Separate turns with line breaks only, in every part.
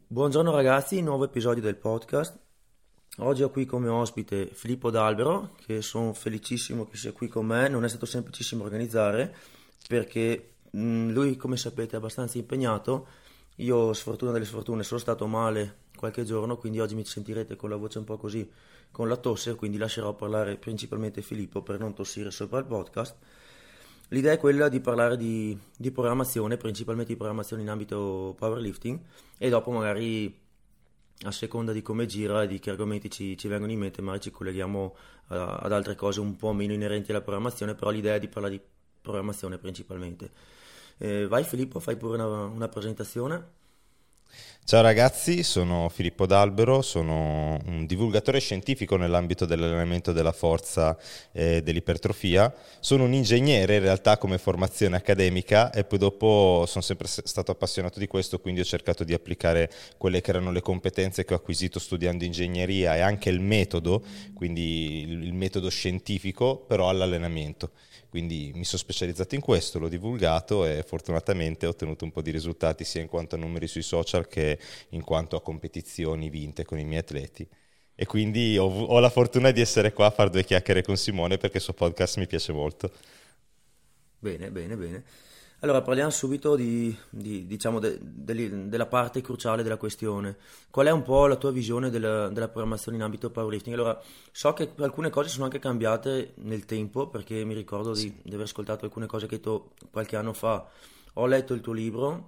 Buongiorno ragazzi, nuovo episodio del podcast. Oggi ho qui come ospite Filippo D'Albero, che sono felicissimo che sia qui con me. Non è stato semplicissimo organizzare perché lui, come sapete, è abbastanza impegnato. Io, sfortuna delle sfortune, sono stato male qualche giorno, quindi oggi mi sentirete con la voce un po' così, con la tosse, quindi lascerò parlare principalmente Filippo per non tossire sopra il podcast. L'idea è quella di parlare di programmazione, principalmente di programmazione in ambito powerlifting, e dopo magari a seconda di come gira e di che argomenti ci vengono in mente, magari ci colleghiamo ad altre cose un po' meno inerenti alla programmazione, però l'idea è di parlare di programmazione principalmente. Vai Filippo, fai pure una presentazione.
Ciao ragazzi, sono Filippo D'Albero, sono un divulgatore scientifico nell'ambito dell'allenamento della forza e dell'ipertrofia. Sono un ingegnere in realtà come formazione accademica e poi dopo sono sempre stato appassionato di questo, quindi ho cercato di applicare quelle che erano le competenze che ho acquisito studiando ingegneria e anche il metodo, quindi il metodo scientifico, però all'allenamento. Quindi mi sono specializzato in questo, l'ho divulgato e fortunatamente ho ottenuto un po' di risultati sia in quanto a numeri sui social che in quanto a competizioni vinte con i miei atleti. E quindi ho la fortuna di essere qua a fare due chiacchiere con Simone perché il suo podcast mi piace molto.
Bene, bene, bene. Allora, parliamo subito diciamo, della parte cruciale della questione. Qual è un po' la tua visione della programmazione in ambito powerlifting? Allora, so che alcune cose sono anche cambiate nel tempo, perché mi ricordo di aver ascoltato alcune cose che hai detto qualche anno fa. Ho letto il tuo libro,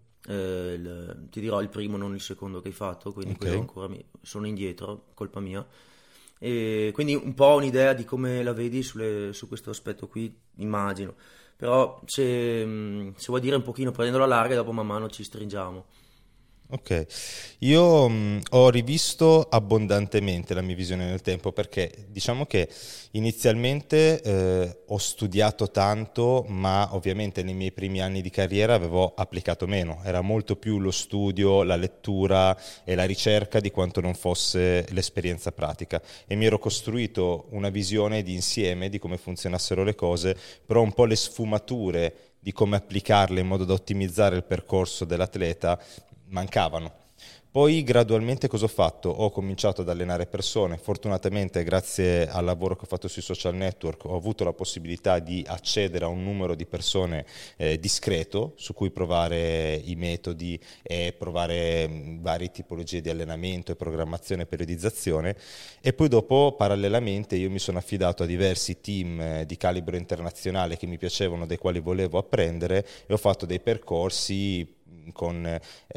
ti dirò il primo, non il secondo che hai fatto, quindi quello
Ok.
ancora sono indietro, colpa mia. E quindi un po' un'idea di come la vedi su questo aspetto qui, immagino. Però se vuoi dire un pochino prendendola larga, dopo man mano ci stringiamo.
Ok, io ho rivisto abbondantemente la mia visione nel tempo perché diciamo che inizialmente ho studiato tanto, ma ovviamente nei miei primi anni di carriera avevo applicato meno, era molto più lo studio, la lettura e la ricerca di quanto non fosse l'esperienza pratica e mi ero costruito una visione di insieme di come funzionassero le cose, però un po' le sfumature di come applicarle in modo da ottimizzare il percorso dell'atleta mancavano. Poi gradualmente cosa ho fatto? Ho cominciato ad allenare persone, fortunatamente grazie al lavoro che ho fatto sui social network ho avuto la possibilità di accedere a un numero di persone discreto su cui provare i metodi e provare varie tipologie di allenamento e programmazione e periodizzazione e poi dopo parallelamente io mi sono affidato a diversi team di calibro internazionale che mi piacevano, dai quali volevo apprendere e ho fatto dei percorsi con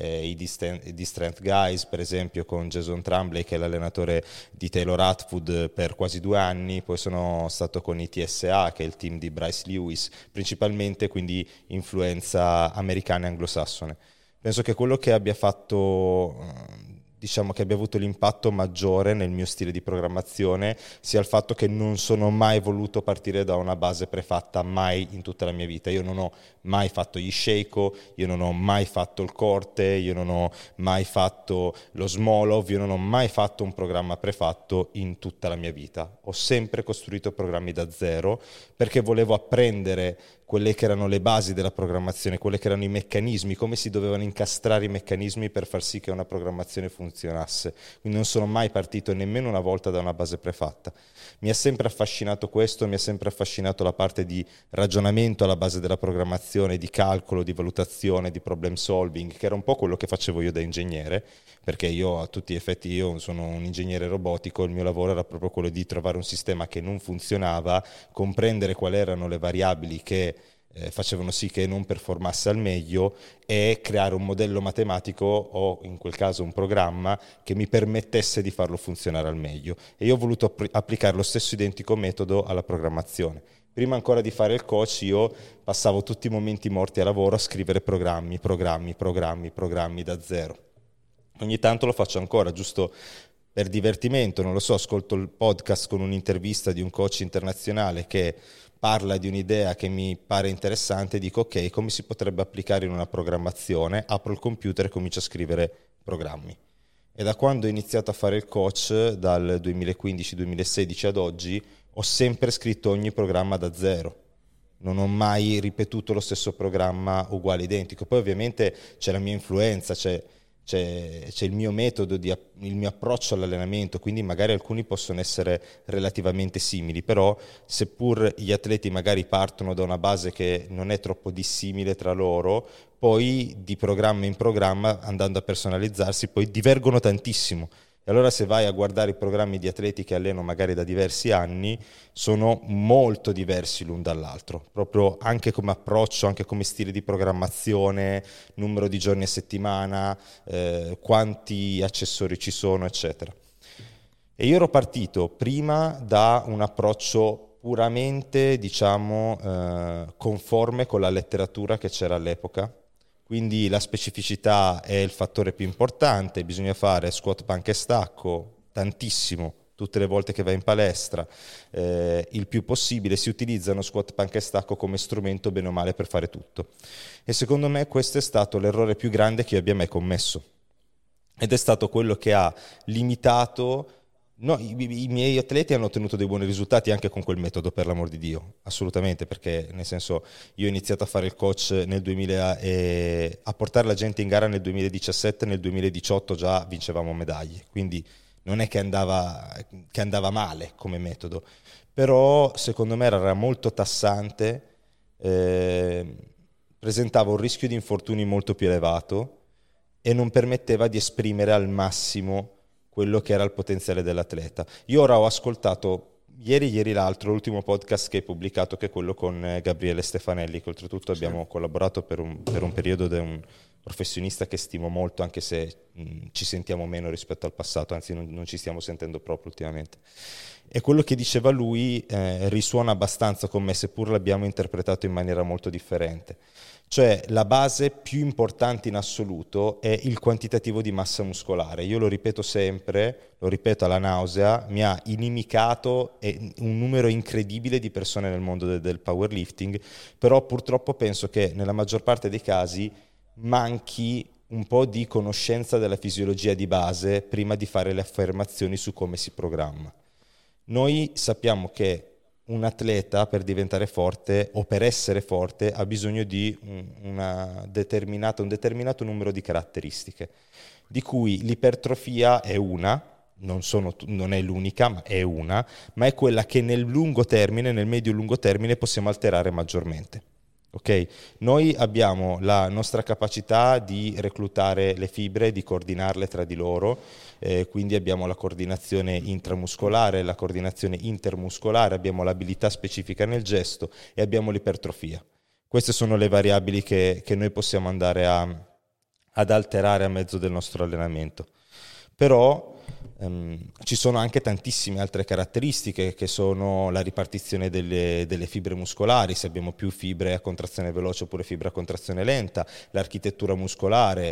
di Strength Guys, per esempio con Jason Tremblay che è l'allenatore di Taylor Atwood per quasi 2 anni, poi sono stato con i TSA che è il team di Bryce Lewis, principalmente quindi influenza americana e anglosassone. Penso che quello che abbia fatto, diciamo che abbia avuto l'impatto maggiore nel mio stile di programmazione sia il fatto che non sono mai voluto partire da una base prefatta mai in tutta la mia vita. Io non ho mai fatto gli Sheiko, io non ho mai fatto il corte, io non ho mai fatto lo Smolov, io non ho mai fatto un programma prefatto in tutta la mia vita. Ho sempre costruito programmi da zero perché volevo apprendere quelle che erano le basi della programmazione, quelle che erano i meccanismi, come si dovevano incastrare i meccanismi per far sì che una programmazione funzionasse. Quindi non sono mai partito nemmeno una volta da una base prefatta. Mi ha sempre affascinato questo, mi ha sempre affascinato la parte di ragionamento alla base della programmazione, di calcolo, di valutazione, di problem solving, che era un po' quello che facevo io da ingegnere, perché io a tutti gli effetti io sono un ingegnere robotico, il mio lavoro era proprio quello di trovare un sistema che non funzionava, comprendere quali erano le variabili che facevano sì che non performasse al meglio e creare un modello matematico o in quel caso un programma che mi permettesse di farlo funzionare al meglio. E io ho voluto applicare lo stesso identico metodo alla programmazione. Prima ancora di fare il coach io passavo tutti i momenti morti a lavoro a scrivere programmi da zero. Ogni tanto lo faccio ancora, giusto per divertimento, non lo so, ascolto il podcast con un'intervista di un coach internazionale che parla di un'idea che mi pare interessante e dico ok, come si potrebbe applicare in una programmazione? Apro il computer e comincio a scrivere programmi. E da quando ho iniziato a fare il coach, dal 2015-2016 ad oggi, ho sempre scritto ogni programma da zero. Non ho mai ripetuto lo stesso programma uguale identico. Poi ovviamente c'è la mia influenza, c'è il mio metodo, il mio approccio all'allenamento, quindi magari alcuni possono essere relativamente simili, però seppur gli atleti magari partono da una base che non è troppo dissimile tra loro, poi di programma in programma, andando a personalizzarsi, poi divergono tantissimo. E allora se vai a guardare i programmi di atleti che alleno magari da diversi anni, sono molto diversi l'un dall'altro, proprio anche come approccio, anche come stile di programmazione, numero di giorni a settimana, quanti accessori ci sono, eccetera. E io ero partito prima da un approccio puramente, diciamo, conforme con la letteratura che c'era all'epoca. Quindi la specificità è il fattore più importante, bisogna fare squat, panca e stacco tantissimo, tutte le volte che vai in palestra, il più possibile si utilizzano squat, panca e stacco come strumento bene o male per fare tutto. E secondo me questo è stato l'errore più grande che io abbia mai commesso, ed è stato quello che ha limitato. No, i miei atleti hanno ottenuto dei buoni risultati anche con quel metodo, per l'amor di Dio, assolutamente, perché nel senso io ho iniziato a fare il coach nel 2000 e a portare la gente in gara nel 2017, nel 2018 già vincevamo medaglie, quindi non è che andava male come metodo, però secondo me era molto tassante, presentava un rischio di infortuni molto più elevato e non permetteva di esprimere al massimo quello che era il potenziale dell'atleta. Io ora ho ascoltato ieri l'altro, l'ultimo podcast che hai pubblicato, che è quello con Gabriele Stefanelli, che oltretutto abbiamo collaborato per un periodo, ed è un professionista che stimo molto, anche se ci sentiamo meno rispetto al passato, anzi non ci stiamo sentendo proprio ultimamente. E quello che diceva lui risuona abbastanza con me, seppur l'abbiamo interpretato in maniera molto differente. Cioè la base più importante in assoluto è il quantitativo di massa muscolare. Io lo ripeto sempre, lo ripeto alla nausea, mi ha inimicato un numero incredibile di persone nel mondo del powerlifting, però purtroppo penso che nella maggior parte dei casi manchi un po' di conoscenza della fisiologia di base prima di fare le affermazioni su come si programma. Noi sappiamo che un atleta per diventare forte o per essere forte ha bisogno di un determinato numero di caratteristiche, di cui l'ipertrofia è una, non è l'unica, ma è una, ma è quella che nel lungo termine, nel medio-lungo termine possiamo alterare maggiormente. Ok? Noi abbiamo la nostra capacità di reclutare le fibre, di coordinarle tra di loro, quindi abbiamo la coordinazione intramuscolare, la coordinazione intermuscolare, abbiamo l'abilità specifica nel gesto e abbiamo l'ipertrofia. Queste sono le variabili che noi possiamo andare ad alterare a mezzo del nostro allenamento. Però ci sono anche tantissime altre caratteristiche, che sono la ripartizione delle fibre muscolari, se abbiamo più fibre a contrazione veloce oppure fibre a contrazione lenta, l'architettura muscolare,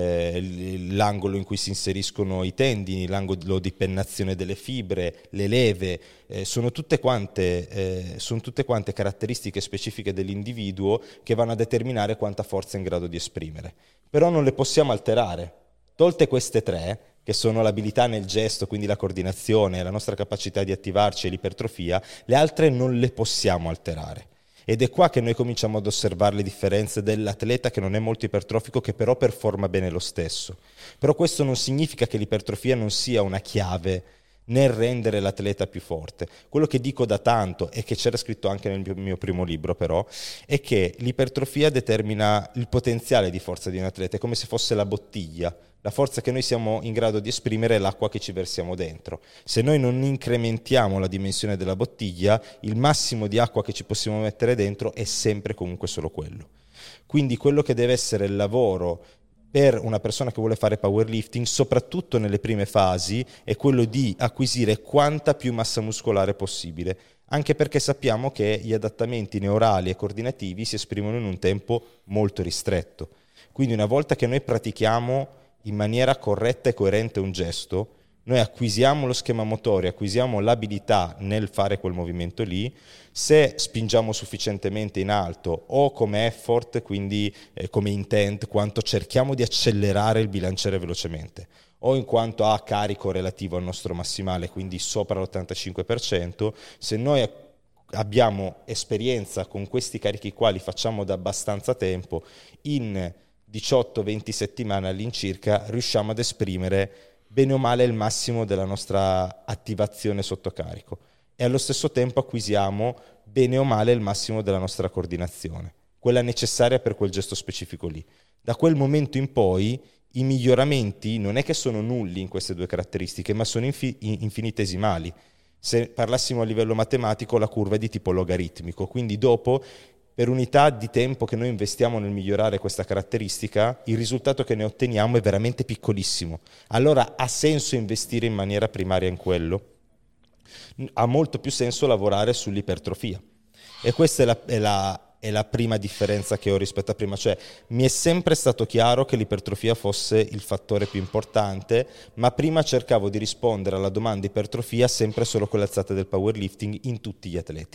l'angolo in cui si inseriscono i tendini, l'angolo di pennazione delle fibre, le leve, sono tutte quante caratteristiche specifiche dell'individuo che vanno a determinare quanta forza è in grado di esprimere. Però non le possiamo alterare. Tolte queste tre, che sono l'abilità nel gesto, quindi la coordinazione, la nostra capacità di attivarci e l'ipertrofia, le altre non le possiamo alterare. Ed è qua che noi cominciamo ad osservare le differenze dell'atleta che non è molto ipertrofico, che però performa bene lo stesso. Però questo non significa che l'ipertrofia non sia una chiave nel rendere l'atleta più forte. Quello che dico da tanto, e che c'era scritto anche nel mio primo libro però, è che l'ipertrofia determina il potenziale di forza di un atleta, è come se fosse la bottiglia. La forza che noi siamo in grado di esprimere è l'acqua che ci versiamo dentro. Se noi non incrementiamo la dimensione della bottiglia, il massimo di acqua che ci possiamo mettere dentro è sempre comunque solo quello. Quindi quello che deve essere il lavoro per una persona che vuole fare powerlifting, soprattutto nelle prime fasi, è quello di acquisire quanta più massa muscolare possibile, anche perché sappiamo che gli adattamenti neurali e coordinativi si esprimono in un tempo molto ristretto. Quindi una volta che noi pratichiamo in maniera corretta e coerente un gesto, noi acquisiamo lo schema motore, acquisiamo l'abilità nel fare quel movimento lì. Se spingiamo sufficientemente in alto o come effort, quindi come intent, quanto cerchiamo di accelerare il bilanciere velocemente, o in quanto a carico relativo al nostro massimale, quindi sopra l'85%, se noi abbiamo esperienza con questi carichi qua, li facciamo da abbastanza tempo, in 18-20 settimane all'incirca riusciamo ad esprimere bene o male il massimo della nostra attivazione sotto carico e allo stesso tempo acquisiamo bene o male il massimo della nostra coordinazione, quella necessaria per quel gesto specifico lì. Da quel momento in poi i miglioramenti non è che sono nulli in queste due caratteristiche, ma sono infinitesimali. Se parlassimo a livello matematico, la curva è di tipo logaritmico, quindi dopo, per unità di tempo che noi investiamo nel migliorare questa caratteristica, il risultato che ne otteniamo è veramente piccolissimo. Allora ha senso investire in maniera primaria in quello? Ha molto più senso lavorare sull'ipertrofia. E questa è la prima differenza che ho rispetto a prima, cioè mi è sempre stato chiaro che l'ipertrofia fosse il fattore più importante, ma prima cercavo di rispondere alla domanda ipertrofia sempre solo con le alzate del powerlifting in tutti gli atleti,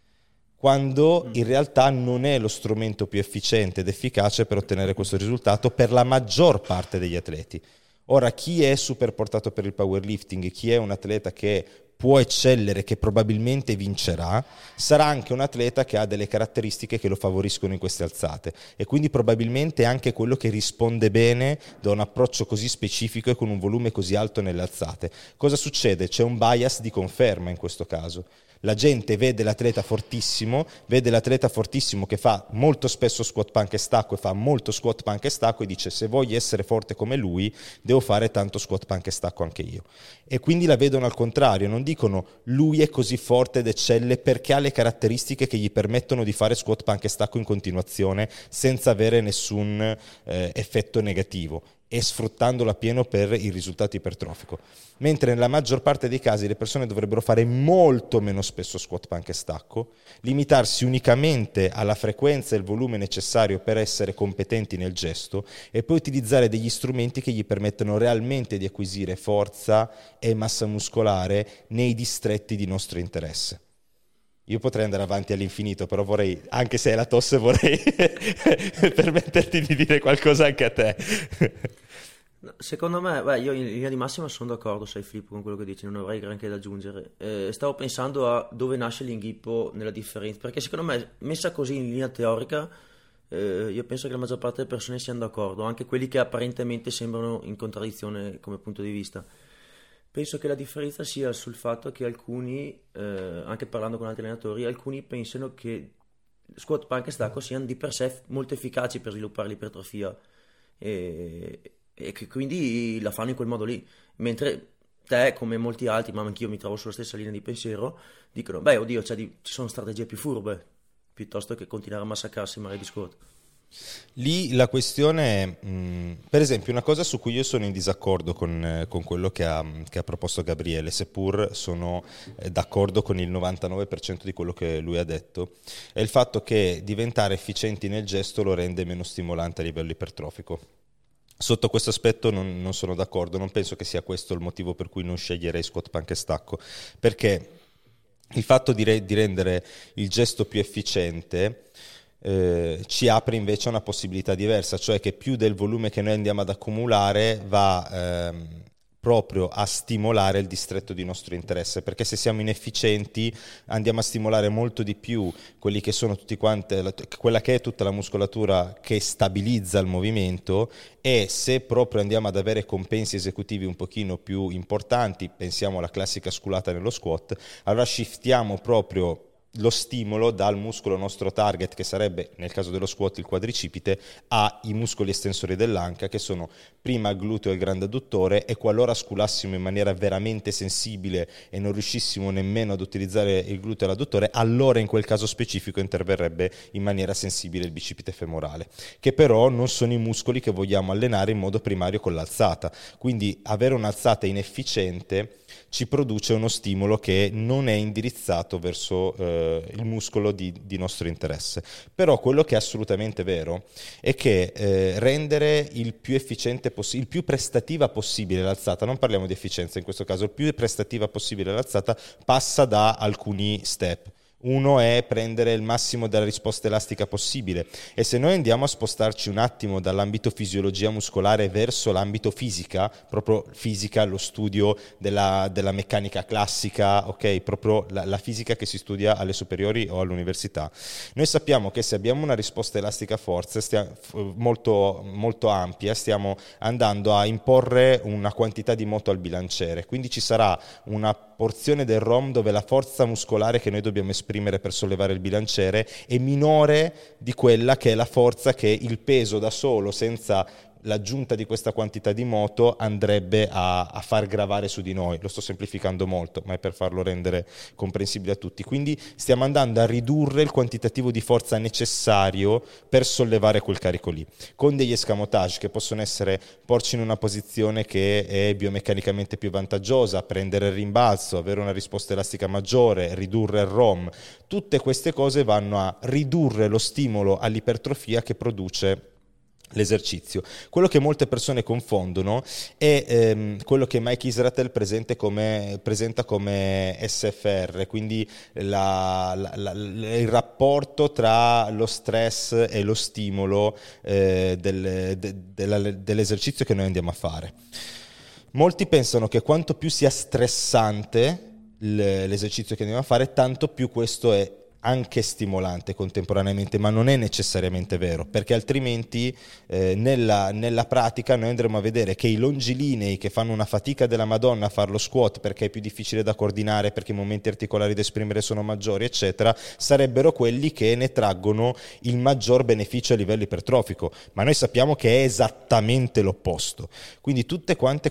quando in realtà non è lo strumento più efficiente ed efficace per ottenere questo risultato per la maggior parte degli atleti. Ora, chi è super portato per il powerlifting, chi è un atleta che può eccellere, che probabilmente vincerà, sarà anche un atleta che ha delle caratteristiche che lo favoriscono in queste alzate e quindi probabilmente anche quello che risponde bene da un approccio così specifico e con un volume così alto nelle alzate. Cosa succede? C'è un bias di conferma in questo caso. La gente vede l'atleta fortissimo che fa molto spesso squat panca e stacco e fa molto squat panca e stacco e dice se voglio essere forte come lui devo fare tanto squat panca e stacco anche io. E quindi la vedono al contrario, non dicono lui è così forte ed eccelle perché ha le caratteristiche che gli permettono di fare squat panca e stacco in continuazione senza avere nessun effetto negativo e sfruttandolo appieno per il risultato ipertrofico. Mentre nella maggior parte dei casi le persone dovrebbero fare molto meno spesso squat panca e stacco, limitarsi unicamente alla frequenza e il volume necessario per essere competenti nel gesto e poi utilizzare degli strumenti che gli permettono realmente di acquisire forza e massa muscolare nei distretti di nostro interesse. Io potrei andare avanti all'infinito, però vorrei, anche se è la tosse, vorrei permetterti di dire qualcosa anche a te.
Secondo me, io in linea di massima sono d'accordo, sai Filippo, con quello che dici, non avrei granché da aggiungere. Stavo pensando a dove nasce l'inghippo nella differenza, perché secondo me, messa così in linea teorica, io penso che la maggior parte delle persone siano d'accordo, anche quelli che apparentemente sembrano in contraddizione come punto di vista. Penso che la differenza sia sul fatto che alcuni, anche parlando con altri allenatori, alcuni pensano che squat, panca e stacco siano di per sé molto efficaci per sviluppare l'ipertrofia e che quindi la fanno in quel modo lì, mentre te, come molti altri, ma anch'io mi trovo sulla stessa linea di pensiero, dicono, beh, oddio, ci sono strategie più furbe, piuttosto che continuare a massacrarsi magari di squat.
Lì la questione è, per esempio, una cosa su cui io sono in disaccordo con quello che ha proposto Gabriele, seppur sono d'accordo con il 99% di quello che lui ha detto, è il fatto che diventare efficienti nel gesto lo rende meno stimolante a livello ipertrofico. Sotto questo aspetto non sono d'accordo, non penso che sia questo il motivo per cui non sceglierei squat panca e stacco, perché il fatto di rendere il gesto più efficiente ci apre invece una possibilità diversa, cioè che più del volume che noi andiamo ad accumulare va proprio a stimolare il distretto di nostro interesse, perché se siamo inefficienti andiamo a stimolare molto di più quelli che sono tutti quanti, quella che è tutta la muscolatura che stabilizza il movimento, e se proprio andiamo ad avere compensi esecutivi un pochino più importanti, pensiamo alla classica sculata nello squat, allora shiftiamo proprio lo stimolo dal muscolo nostro target, che sarebbe nel caso dello squat il quadricipite, ai muscoli estensori dell'anca, che sono prima il gluteo e il grande adduttore, e qualora sculassimo in maniera veramente sensibile e non riuscissimo nemmeno ad utilizzare il gluteo e l'adduttore, allora in quel caso specifico interverrebbe in maniera sensibile il bicipite femorale, che però non sono i muscoli che vogliamo allenare in modo primario con l'alzata. Quindi avere un'alzata inefficiente ci produce uno stimolo che non è indirizzato verso il muscolo di nostro interesse. Però quello che è assolutamente vero è che rendere il più efficiente il più prestativa possibile l'alzata, non parliamo di efficienza in questo caso, il più prestativa possibile l'alzata passa da alcuni step. Uno è prendere il massimo della risposta elastica possibile, e se noi andiamo a spostarci un attimo dall'ambito fisiologia muscolare verso l'ambito fisica, proprio fisica, lo studio della meccanica classica, ok, proprio la fisica che si studia alle superiori o all'università, noi sappiamo che se abbiamo una risposta elastica forza molto, molto ampia, stiamo andando a imporre una quantità di moto al bilanciere, quindi ci sarà una porzione del ROM dove la forza muscolare che noi dobbiamo esprimere per sollevare il bilanciere è minore di quella che è la forza che il peso da solo, senza l'aggiunta di questa quantità di moto, andrebbe a far gravare su di noi. Lo sto semplificando molto, ma è per farlo rendere comprensibile a tutti. Quindi stiamo andando a ridurre il quantitativo di forza necessario per sollevare quel carico lì, con degli escamotage che possono essere porci in una posizione che è biomeccanicamente più vantaggiosa, prendere il rimbalzo, avere una risposta elastica maggiore, ridurre il ROM. Tutte queste cose vanno a ridurre lo stimolo all'ipertrofia che produce l'esercizio. Quello che molte persone confondono è quello che Mike Israetel presenta come SFR, quindi il rapporto tra lo stress e lo stimolo dell'esercizio che noi andiamo a fare. Molti pensano che quanto più sia stressante l'esercizio che andiamo a fare, tanto più questo è anche stimolante contemporaneamente, ma non è necessariamente vero, perché altrimenti nella pratica noi andremo a vedere che i longilinei che fanno una fatica della Madonna a fare lo squat perché è più difficile da coordinare, perché i momenti articolari da esprimere sono maggiori, eccetera, sarebbero quelli che ne traggono il maggior beneficio a livello ipertrofico, ma noi sappiamo che è esattamente l'opposto. Quindi tutte quante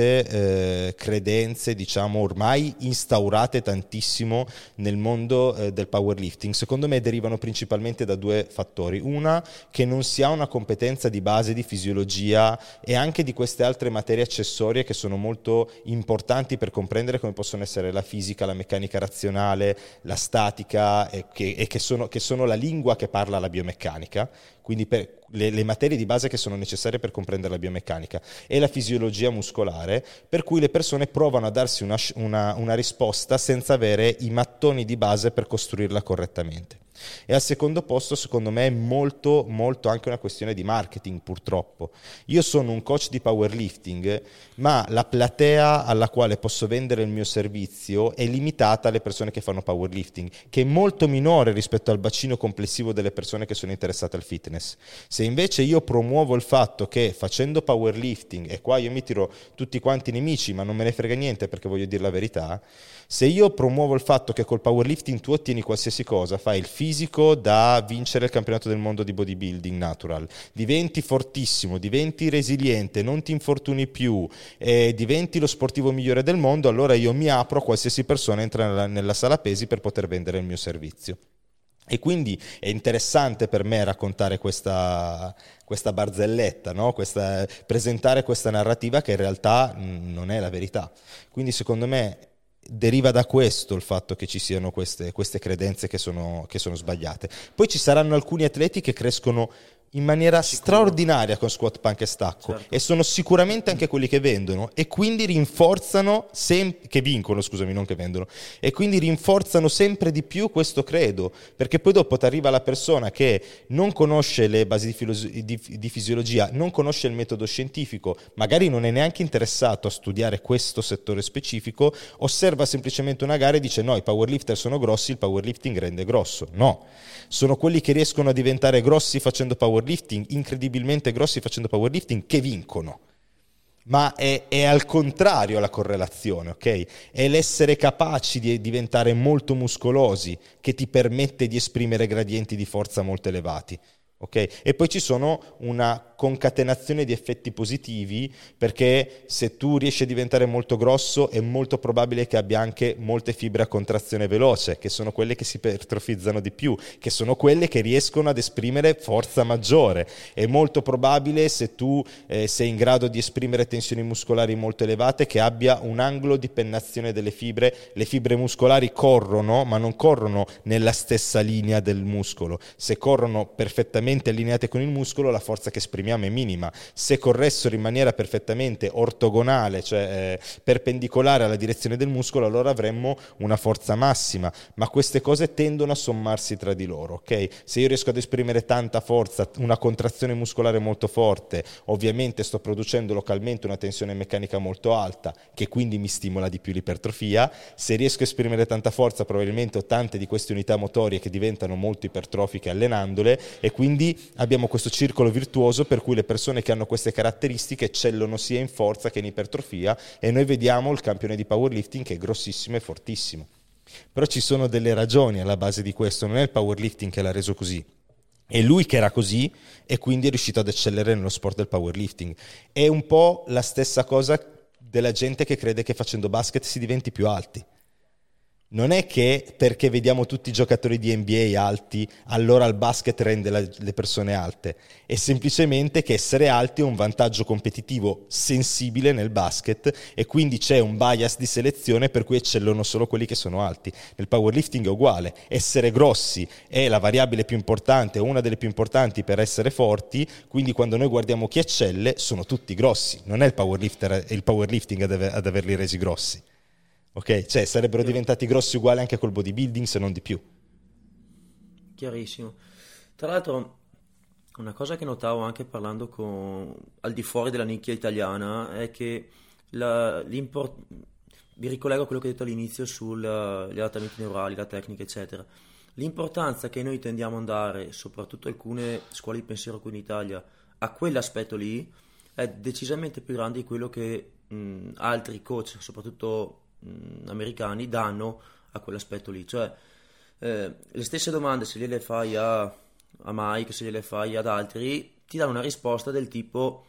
queste credenze, diciamo, ormai instaurate tantissimo nel mondo del powerlifting, secondo me derivano principalmente da due fattori. Una, che non si ha una competenza di base di fisiologia e anche di queste altre materie accessorie che sono molto importanti per comprendere come possono essere la fisica, la meccanica razionale, la statica, che sono la lingua che parla la biomeccanica, quindi per le materie di base che sono necessarie per comprendere la biomeccanica, e la fisiologia muscolare, per cui le persone provano a darsi una risposta senza avere i mattoni di base per costruirla correttamente. E al secondo posto, secondo me, è molto, molto anche una questione di marketing, purtroppo. Io sono un coach di powerlifting, ma la platea alla quale posso vendere il mio servizio è limitata alle persone che fanno powerlifting, che è molto minore rispetto al bacino complessivo delle persone che sono interessate al fitness. Se invece io promuovo il fatto che facendo powerlifting, e qua io mi tiro tutti quanti nemici, ma non me ne frega niente perché voglio dire la verità, se io promuovo il fatto che col powerlifting tu ottieni qualsiasi cosa, fai il fisico da vincere il campionato del mondo di bodybuilding natural, diventi fortissimo, diventi resiliente, non ti infortuni più, diventi lo sportivo migliore del mondo, allora io mi apro a qualsiasi persona entra nella sala pesi per poter vendere il mio servizio. E quindi è interessante per me raccontare questa barzelletta, no? Presentare questa narrativa che in realtà non è la verità. Quindi secondo me deriva da questo il fatto che ci siano queste credenze che sono sbagliate. Poi ci saranno alcuni atleti che crescono in maniera straordinaria con squat, plank e stacco, certo, e sono sicuramente anche quelli che vendono e quindi rinforzano che vincono, scusami, non che vendono, e quindi rinforzano sempre di più questo credo, perché poi dopo ti arriva la persona che non conosce le basi di fisiologia, non conosce il metodo scientifico, magari non è neanche interessato a studiare questo settore specifico, osserva semplicemente una gara e dice no, i powerlifter sono grossi, il powerlifting rende grosso. No, sono quelli che riescono a diventare grossi facendo powerlifting, incredibilmente grossi facendo powerlifting, che vincono. Ma è al contrario la correlazione, ok? È l'essere capaci di diventare molto muscolosi che ti permette di esprimere gradienti di forza molto elevati. Okay? E poi ci sono una concatenazione di effetti positivi, perché se tu riesci a diventare molto grosso è molto probabile che abbia anche molte fibre a contrazione veloce, che sono quelle che si ipertrofizzano di più, che sono quelle che riescono ad esprimere forza maggiore. È molto probabile, se tu sei in grado di esprimere tensioni muscolari molto elevate, che abbia un angolo di pennazione delle fibre. Le fibre muscolari corrono, ma non corrono nella stessa linea del muscolo. Se corrono perfettamente perfettamente allineate con il muscolo, la forza che esprimiamo è minima. Se corressero in maniera perfettamente ortogonale, cioè perpendicolare alla direzione del muscolo, allora avremmo una forza massima, ma queste cose tendono a sommarsi tra di loro, ok? Se io riesco ad esprimere tanta forza, una contrazione muscolare molto forte, ovviamente sto producendo localmente una tensione meccanica molto alta, che quindi mi stimola di più l'ipertrofia. Se riesco a esprimere tanta forza, probabilmente ho tante di queste unità motorie che diventano molto ipertrofiche allenandole, e quindi abbiamo questo circolo virtuoso per cui le persone che hanno queste caratteristiche eccellono sia in forza che in ipertrofia, e noi vediamo il campione di powerlifting che è grossissimo e fortissimo. Però ci sono delle ragioni alla base di questo, non è il powerlifting che l'ha reso così, è lui che era così e quindi è riuscito ad eccellere nello sport del powerlifting. È un po' la stessa cosa della gente che crede che facendo basket si diventi più alti. Non è che perché vediamo tutti i giocatori di NBA alti, allora il basket rende le persone alte. È semplicemente che essere alti è un vantaggio competitivo sensibile nel basket, e quindi c'è un bias di selezione per cui eccellono solo quelli che sono alti. Nel powerlifting è uguale. Essere grossi è la variabile più importante, o una delle più importanti per essere forti, quindi quando noi guardiamo chi eccelle sono tutti grossi. Non è il powerlifting ad averli resi grossi. Ok, cioè sarebbero diventati grossi uguali anche col bodybuilding, se non di più.
Chiarissimo. Tra l'altro, una cosa che notavo anche parlando al di fuori della nicchia italiana è che vi ricollego a quello che ho detto all'inizio sugli adattamenti neurali, la tecnica, eccetera. L'importanza che noi tendiamo a dare, soprattutto alcune scuole di pensiero qui in Italia, a quell'aspetto lì è decisamente più grande di quello che altri coach, soprattutto americani, danno a quell'aspetto lì. Cioè le stesse domande, se gliele fai a Mike, se gliele fai ad altri, ti danno una risposta del tipo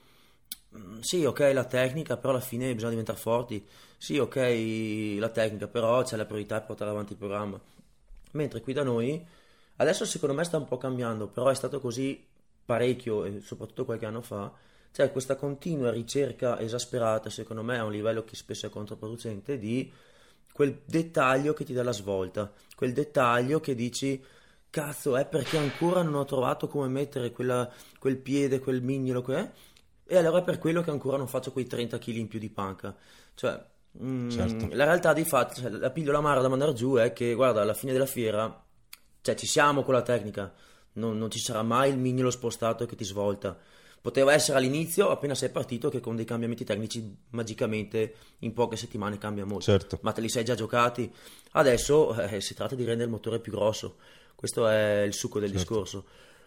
sì, ok, la tecnica, però alla fine bisogna diventare forti. Sì, ok, la tecnica, però c'è la priorità di portare avanti il programma. Mentre qui da noi adesso secondo me sta un po' cambiando, però è stato così parecchio, e soprattutto qualche anno fa. C'è questa continua ricerca esasperata, secondo me a un livello che spesso è controproducente, di quel dettaglio che ti dà la svolta, quel dettaglio che dici cazzo, è perché ancora non ho trovato come mettere quel piede, quel mignolo e allora è per quello che ancora non faccio quei 30 kg in più di panca. Cioè
Certo.
la realtà dei fatti, cioè, la pillola amara da mandare giù è che guarda, alla fine della fiera, cioè ci siamo con la tecnica, non ci sarà mai il mignolo spostato che ti svolta. Poteva essere all'inizio, appena sei partito, che con dei cambiamenti tecnici magicamente in poche settimane cambia molto.
Certo.
Ma te li sei già giocati. Adesso si tratta di rendere il motore più grosso. Questo è il succo del discorso.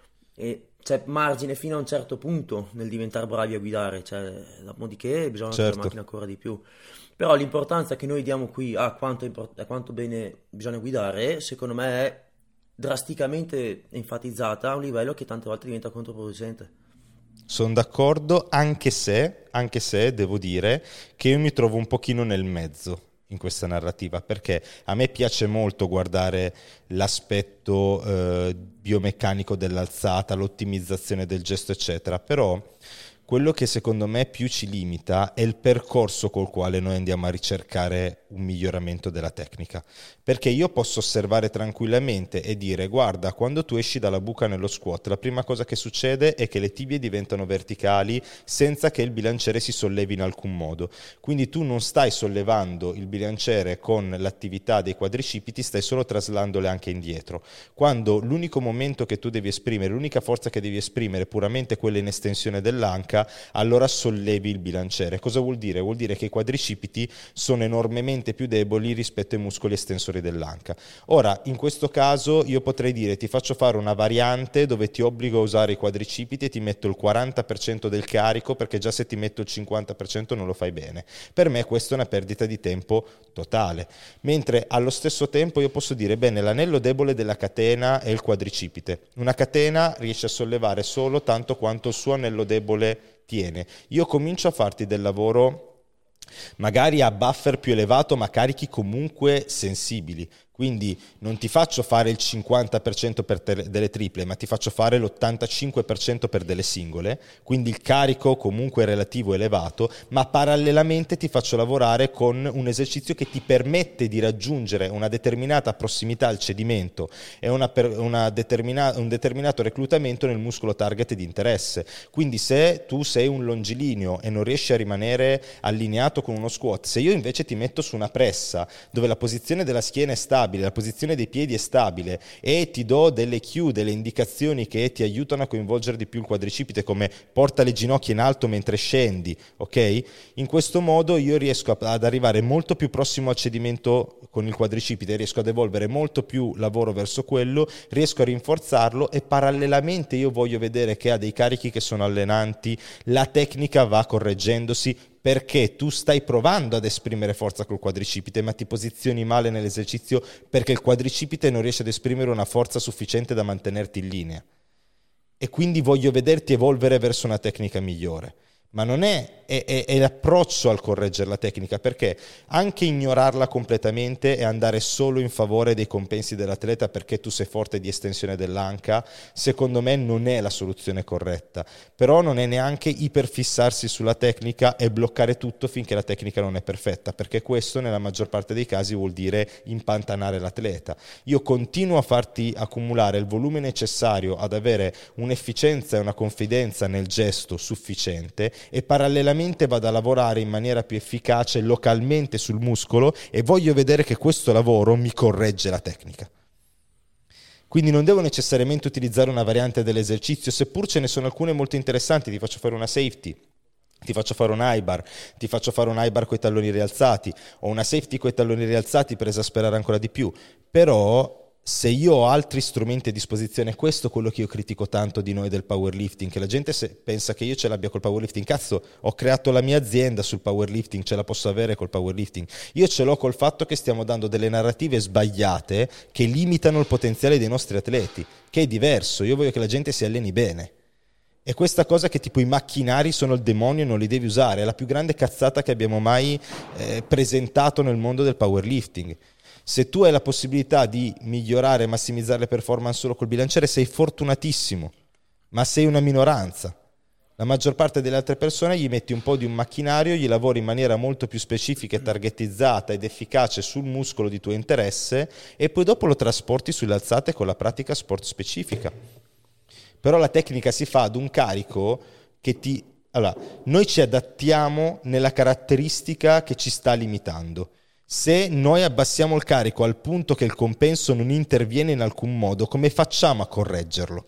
E c'è margine fino a un certo punto nel diventare bravi a guidare. Cioè, dopodiché bisogna che la macchina corra di più. Però l'importanza che noi diamo qui a quanto bene bisogna guidare, secondo me è drasticamente enfatizzata a un livello che tante volte diventa controproducente.
Sono d'accordo, anche se devo dire che io mi trovo un pochino nel mezzo in questa narrativa, perché a me piace molto guardare l'aspetto biomeccanico dell'alzata, l'ottimizzazione del gesto, eccetera, però quello che secondo me più ci limita è il percorso col quale noi andiamo a ricercare un miglioramento della tecnica, perché io posso osservare tranquillamente e dire guarda, quando tu esci dalla buca nello squat la prima cosa che succede è che le tibie diventano verticali senza che il bilanciere si sollevi in alcun modo, quindi tu non stai sollevando il bilanciere con l'attività dei quadricipiti, stai solo traslandole anche indietro, quando l'unico momento che tu devi esprimere, l'unica forza che devi esprimere è puramente quella in estensione dell'anca, allora sollevi il bilanciere. Cosa vuol dire? Vuol dire che i quadricipiti sono enormemente più deboli rispetto ai muscoli estensori dell'anca. Ora, in questo caso io potrei dire ti faccio fare una variante dove ti obbligo a usare i quadricipiti e ti metto il 40% del carico, perché già se ti metto il 50% non lo fai bene. Per me questa è una perdita di tempo totale. Mentre allo stesso tempo io posso dire bene, l'anello debole della catena è il quadricipite. Una catena riesce a sollevare solo tanto quanto il suo anello debole tiene. Io comincio a farti del lavoro magari a buffer più elevato ma carichi comunque sensibili, Quindi non ti faccio fare il 50% delle triple, ma ti faccio fare l'85% per delle singole, quindi il carico comunque relativo elevato, ma parallelamente ti faccio lavorare con un esercizio che ti permette di raggiungere una determinata prossimità al cedimento e un determinato reclutamento nel muscolo target di interesse. Quindi se tu sei un longilineo e non riesci a rimanere allineato con uno squat, se io invece ti metto su una pressa dove la posizione della schiena è stabile, la posizione dei piedi è stabile e ti do delle cue, delle indicazioni che ti aiutano a coinvolgere di più il quadricipite, come porta le ginocchia in alto mentre scendi, ok? In questo modo io riesco ad arrivare molto più prossimo al cedimento con il quadricipite, riesco ad evolvere molto più lavoro verso quello, riesco a rinforzarlo e parallelamente io voglio vedere che ha dei carichi che sono allenanti, la tecnica va correggendosi, perché tu stai provando ad esprimere forza col quadricipite, ma ti posizioni male nell'esercizio perché il quadricipite non riesce ad esprimere una forza sufficiente da mantenerti in linea. E quindi voglio vederti evolvere verso una tecnica migliore. Ma non è l'approccio al correggere la tecnica, perché anche ignorarla completamente e andare solo in favore dei compensi dell'atleta perché tu sei forte di estensione dell'anca, secondo me non è la soluzione corretta. Però non è neanche iperfissarsi sulla tecnica e bloccare tutto finché la tecnica non è perfetta, perché questo nella maggior parte dei casi vuol dire impantanare l'atleta. Io continuo a farti accumulare il volume necessario ad avere un'efficienza e una confidenza nel gesto sufficiente, e parallelamente vado a lavorare in maniera più efficace localmente sul muscolo e voglio vedere che questo lavoro mi corregge la tecnica. Quindi non devo necessariamente utilizzare una variante dell'esercizio, seppur ce ne sono alcune molto interessanti. Ti faccio fare una safety, ti faccio fare un high bar, ti faccio fare un high bar con i talloni rialzati o una safety con i talloni rialzati per esasperare ancora di più. Però se io ho altri strumenti a disposizione, questo è quello che io critico tanto di noi del powerlifting, che la gente pensa che io ce l'abbia col powerlifting. Cazzo, ho creato la mia azienda sul powerlifting, ce la posso avere col powerlifting. Io ce l'ho col fatto che stiamo dando delle narrative sbagliate che limitano il potenziale dei nostri atleti, che è diverso. Io voglio che la gente si alleni bene. E questa cosa che tipo i macchinari sono il demonio e non li devi usare, è la più grande cazzata che abbiamo mai presentato nel mondo del powerlifting. Se tu hai la possibilità di migliorare e massimizzare le performance solo col bilanciere, sei fortunatissimo, ma sei una minoranza. La maggior parte delle altre persone gli metti un po' di un macchinario, gli lavori in maniera molto più specifica e targetizzata ed efficace sul muscolo di tuo interesse e poi dopo lo trasporti sulle alzate con la pratica sport specifica. Però la tecnica si fa ad un carico che ti... Allora, noi ci adattiamo nella caratteristica che ci sta limitando. Se noi abbassiamo il carico al punto che il compenso non interviene in alcun modo, come facciamo a correggerlo?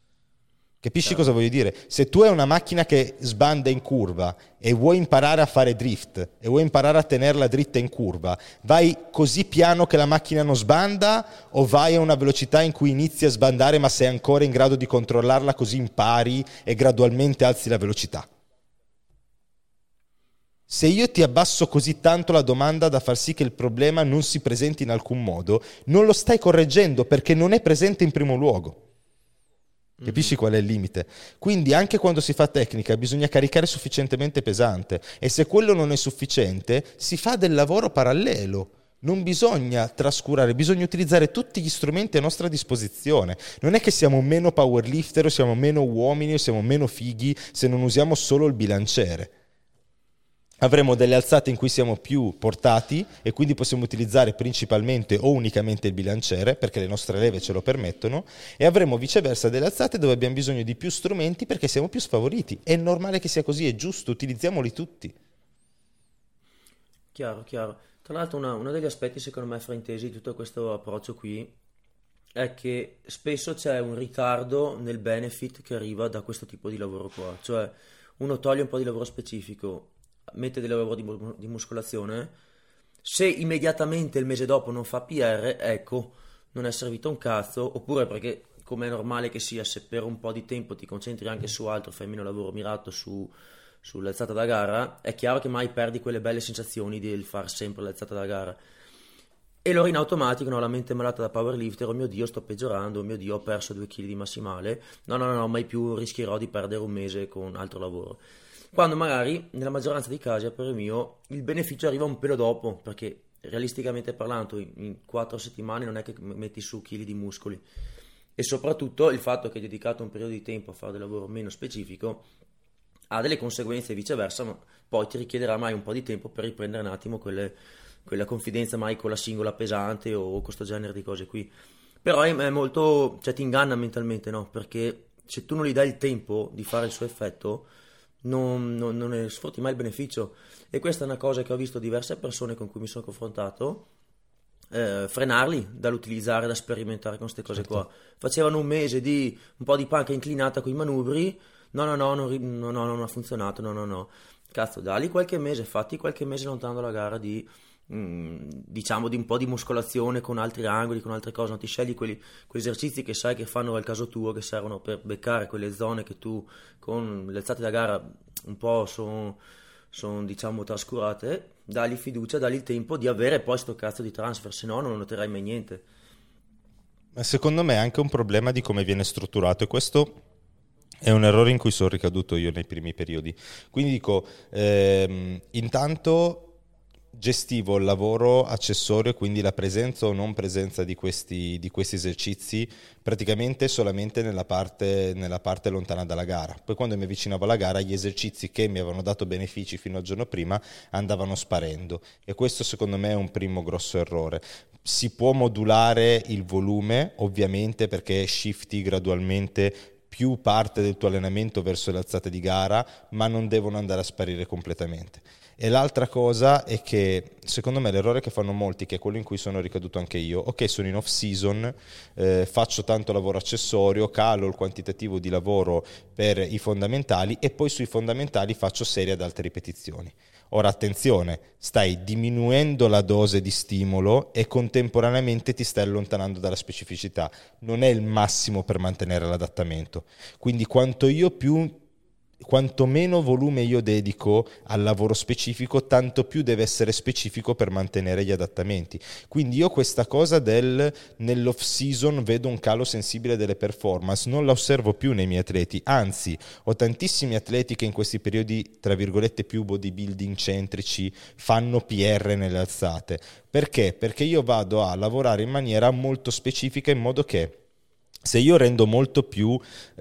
Capisci cosa voglio dire? Se tu hai una macchina che sbanda in curva e vuoi imparare a fare drift e vuoi imparare a tenerla dritta in curva, vai così piano che la macchina non sbanda o vai a una velocità in cui inizi a sbandare ma sei ancora in grado di controllarla, così impari e gradualmente alzi la velocità? Se io ti abbasso così tanto la domanda da far sì che il problema non si presenti in alcun modo, non lo stai correggendo perché non è presente in primo luogo. Capisci qual è il limite? Quindi anche quando si fa tecnica bisogna caricare sufficientemente pesante e se quello non è sufficiente si fa del lavoro parallelo. Non bisogna trascurare, bisogna utilizzare tutti gli strumenti a nostra disposizione. Non è che siamo meno powerlifter o siamo meno uomini o siamo meno fighi se non usiamo solo il bilanciere. Avremo delle alzate in cui siamo più portati e quindi possiamo utilizzare principalmente o unicamente il bilanciere perché le nostre leve ce lo permettono e avremo viceversa delle alzate dove abbiamo bisogno di più strumenti perché siamo più sfavoriti. È normale che sia così, è giusto, utilizziamoli tutti.
Chiaro, chiaro. Tra l'altro uno degli aspetti secondo me fraintesi di tutto questo approccio qui è che spesso c'è un ritardo nel benefit che arriva da questo tipo di lavoro qua. Cioè uno toglie un po' di lavoro specifico, mette del lavoro di muscolazione, se immediatamente il mese dopo non fa PR, ecco, non è servito un cazzo, oppure perché, come è normale che sia, se per un po' di tempo ti concentri anche su altro, fai meno lavoro mirato sull'alzata da gara, è chiaro che mai perdi quelle belle sensazioni del far sempre l'alzata da gara. E allora in automatico, no, la mente malata da powerlifter, oh mio Dio, sto peggiorando, oh mio Dio, ho perso 2 kg di massimale, no, mai più rischierò di perdere un mese con altro lavoro. Quando magari, nella maggioranza dei casi, a parer mio, il beneficio arriva un pelo dopo, perché realisticamente parlando in 4 settimane non è che metti su chili di muscoli, e soprattutto il fatto che hai dedicato un periodo di tempo a fare del lavoro meno specifico ha delle conseguenze e viceversa, ma poi ti richiederà mai un po' di tempo per riprendere un attimo quella confidenza mai con la singola pesante o questo genere di cose qui. Però è molto, cioè ti inganna mentalmente, no? Perché se tu non gli dai il tempo di fare il suo effetto, non ne sfrutti mai il beneficio. E questa è una cosa che ho visto diverse persone con cui mi sono confrontato, frenarli dall'utilizzare, da sperimentare con queste cose qua.
Certo.
Facevano un mese di un po' di panca inclinata con i manubri, non ha funzionato, no. Cazzo, dali qualche mese, fatti qualche mese lontano dalla gara diciamo di un po' di muscolazione con altri angoli, con altre cose, non ti scegli quegli esercizi che sai che fanno al caso tuo, che servono per beccare quelle zone che tu con le alzate da gara un po' sono diciamo trascurate, dagli fiducia, dagli il tempo di avere poi sto cazzo di transfer, se no non noterai mai niente.
Ma secondo me è anche un problema di come viene strutturato, e questo è un errore in cui sono ricaduto io nei primi periodi. Quindi dico, intanto gestivo il lavoro accessorio, quindi la presenza o non presenza di questi esercizi praticamente solamente nella parte lontana dalla gara. Poi quando mi avvicinavo alla gara, gli esercizi che mi avevano dato benefici fino al giorno prima andavano sparendo, e questo secondo me è un primo grosso errore. Si può modulare il volume ovviamente, perché shifti gradualmente più parte del tuo allenamento verso le alzate di gara, ma non devono andare a sparire completamente. E l'altra cosa è che secondo me l'errore che fanno molti, che è quello in cui sono ricaduto anche io, ok, sono in off season, faccio tanto lavoro accessorio, calo il quantitativo di lavoro per i fondamentali e poi sui fondamentali faccio serie ad alte ripetizioni. Ora attenzione, stai diminuendo la dose di stimolo e contemporaneamente ti stai allontanando dalla specificità. Non è il massimo per mantenere l'adattamento. Quindi quanto meno volume io dedico al lavoro specifico, tanto più deve essere specifico per mantenere gli adattamenti. Quindi io questa cosa nell'off season vedo un calo sensibile delle performance, non la osservo più nei miei atleti, anzi ho tantissimi atleti che in questi periodi tra virgolette più bodybuilding centrici fanno PR nelle alzate. Perché? Perché io vado a lavorare in maniera molto specifica, in modo che se io rendo molto più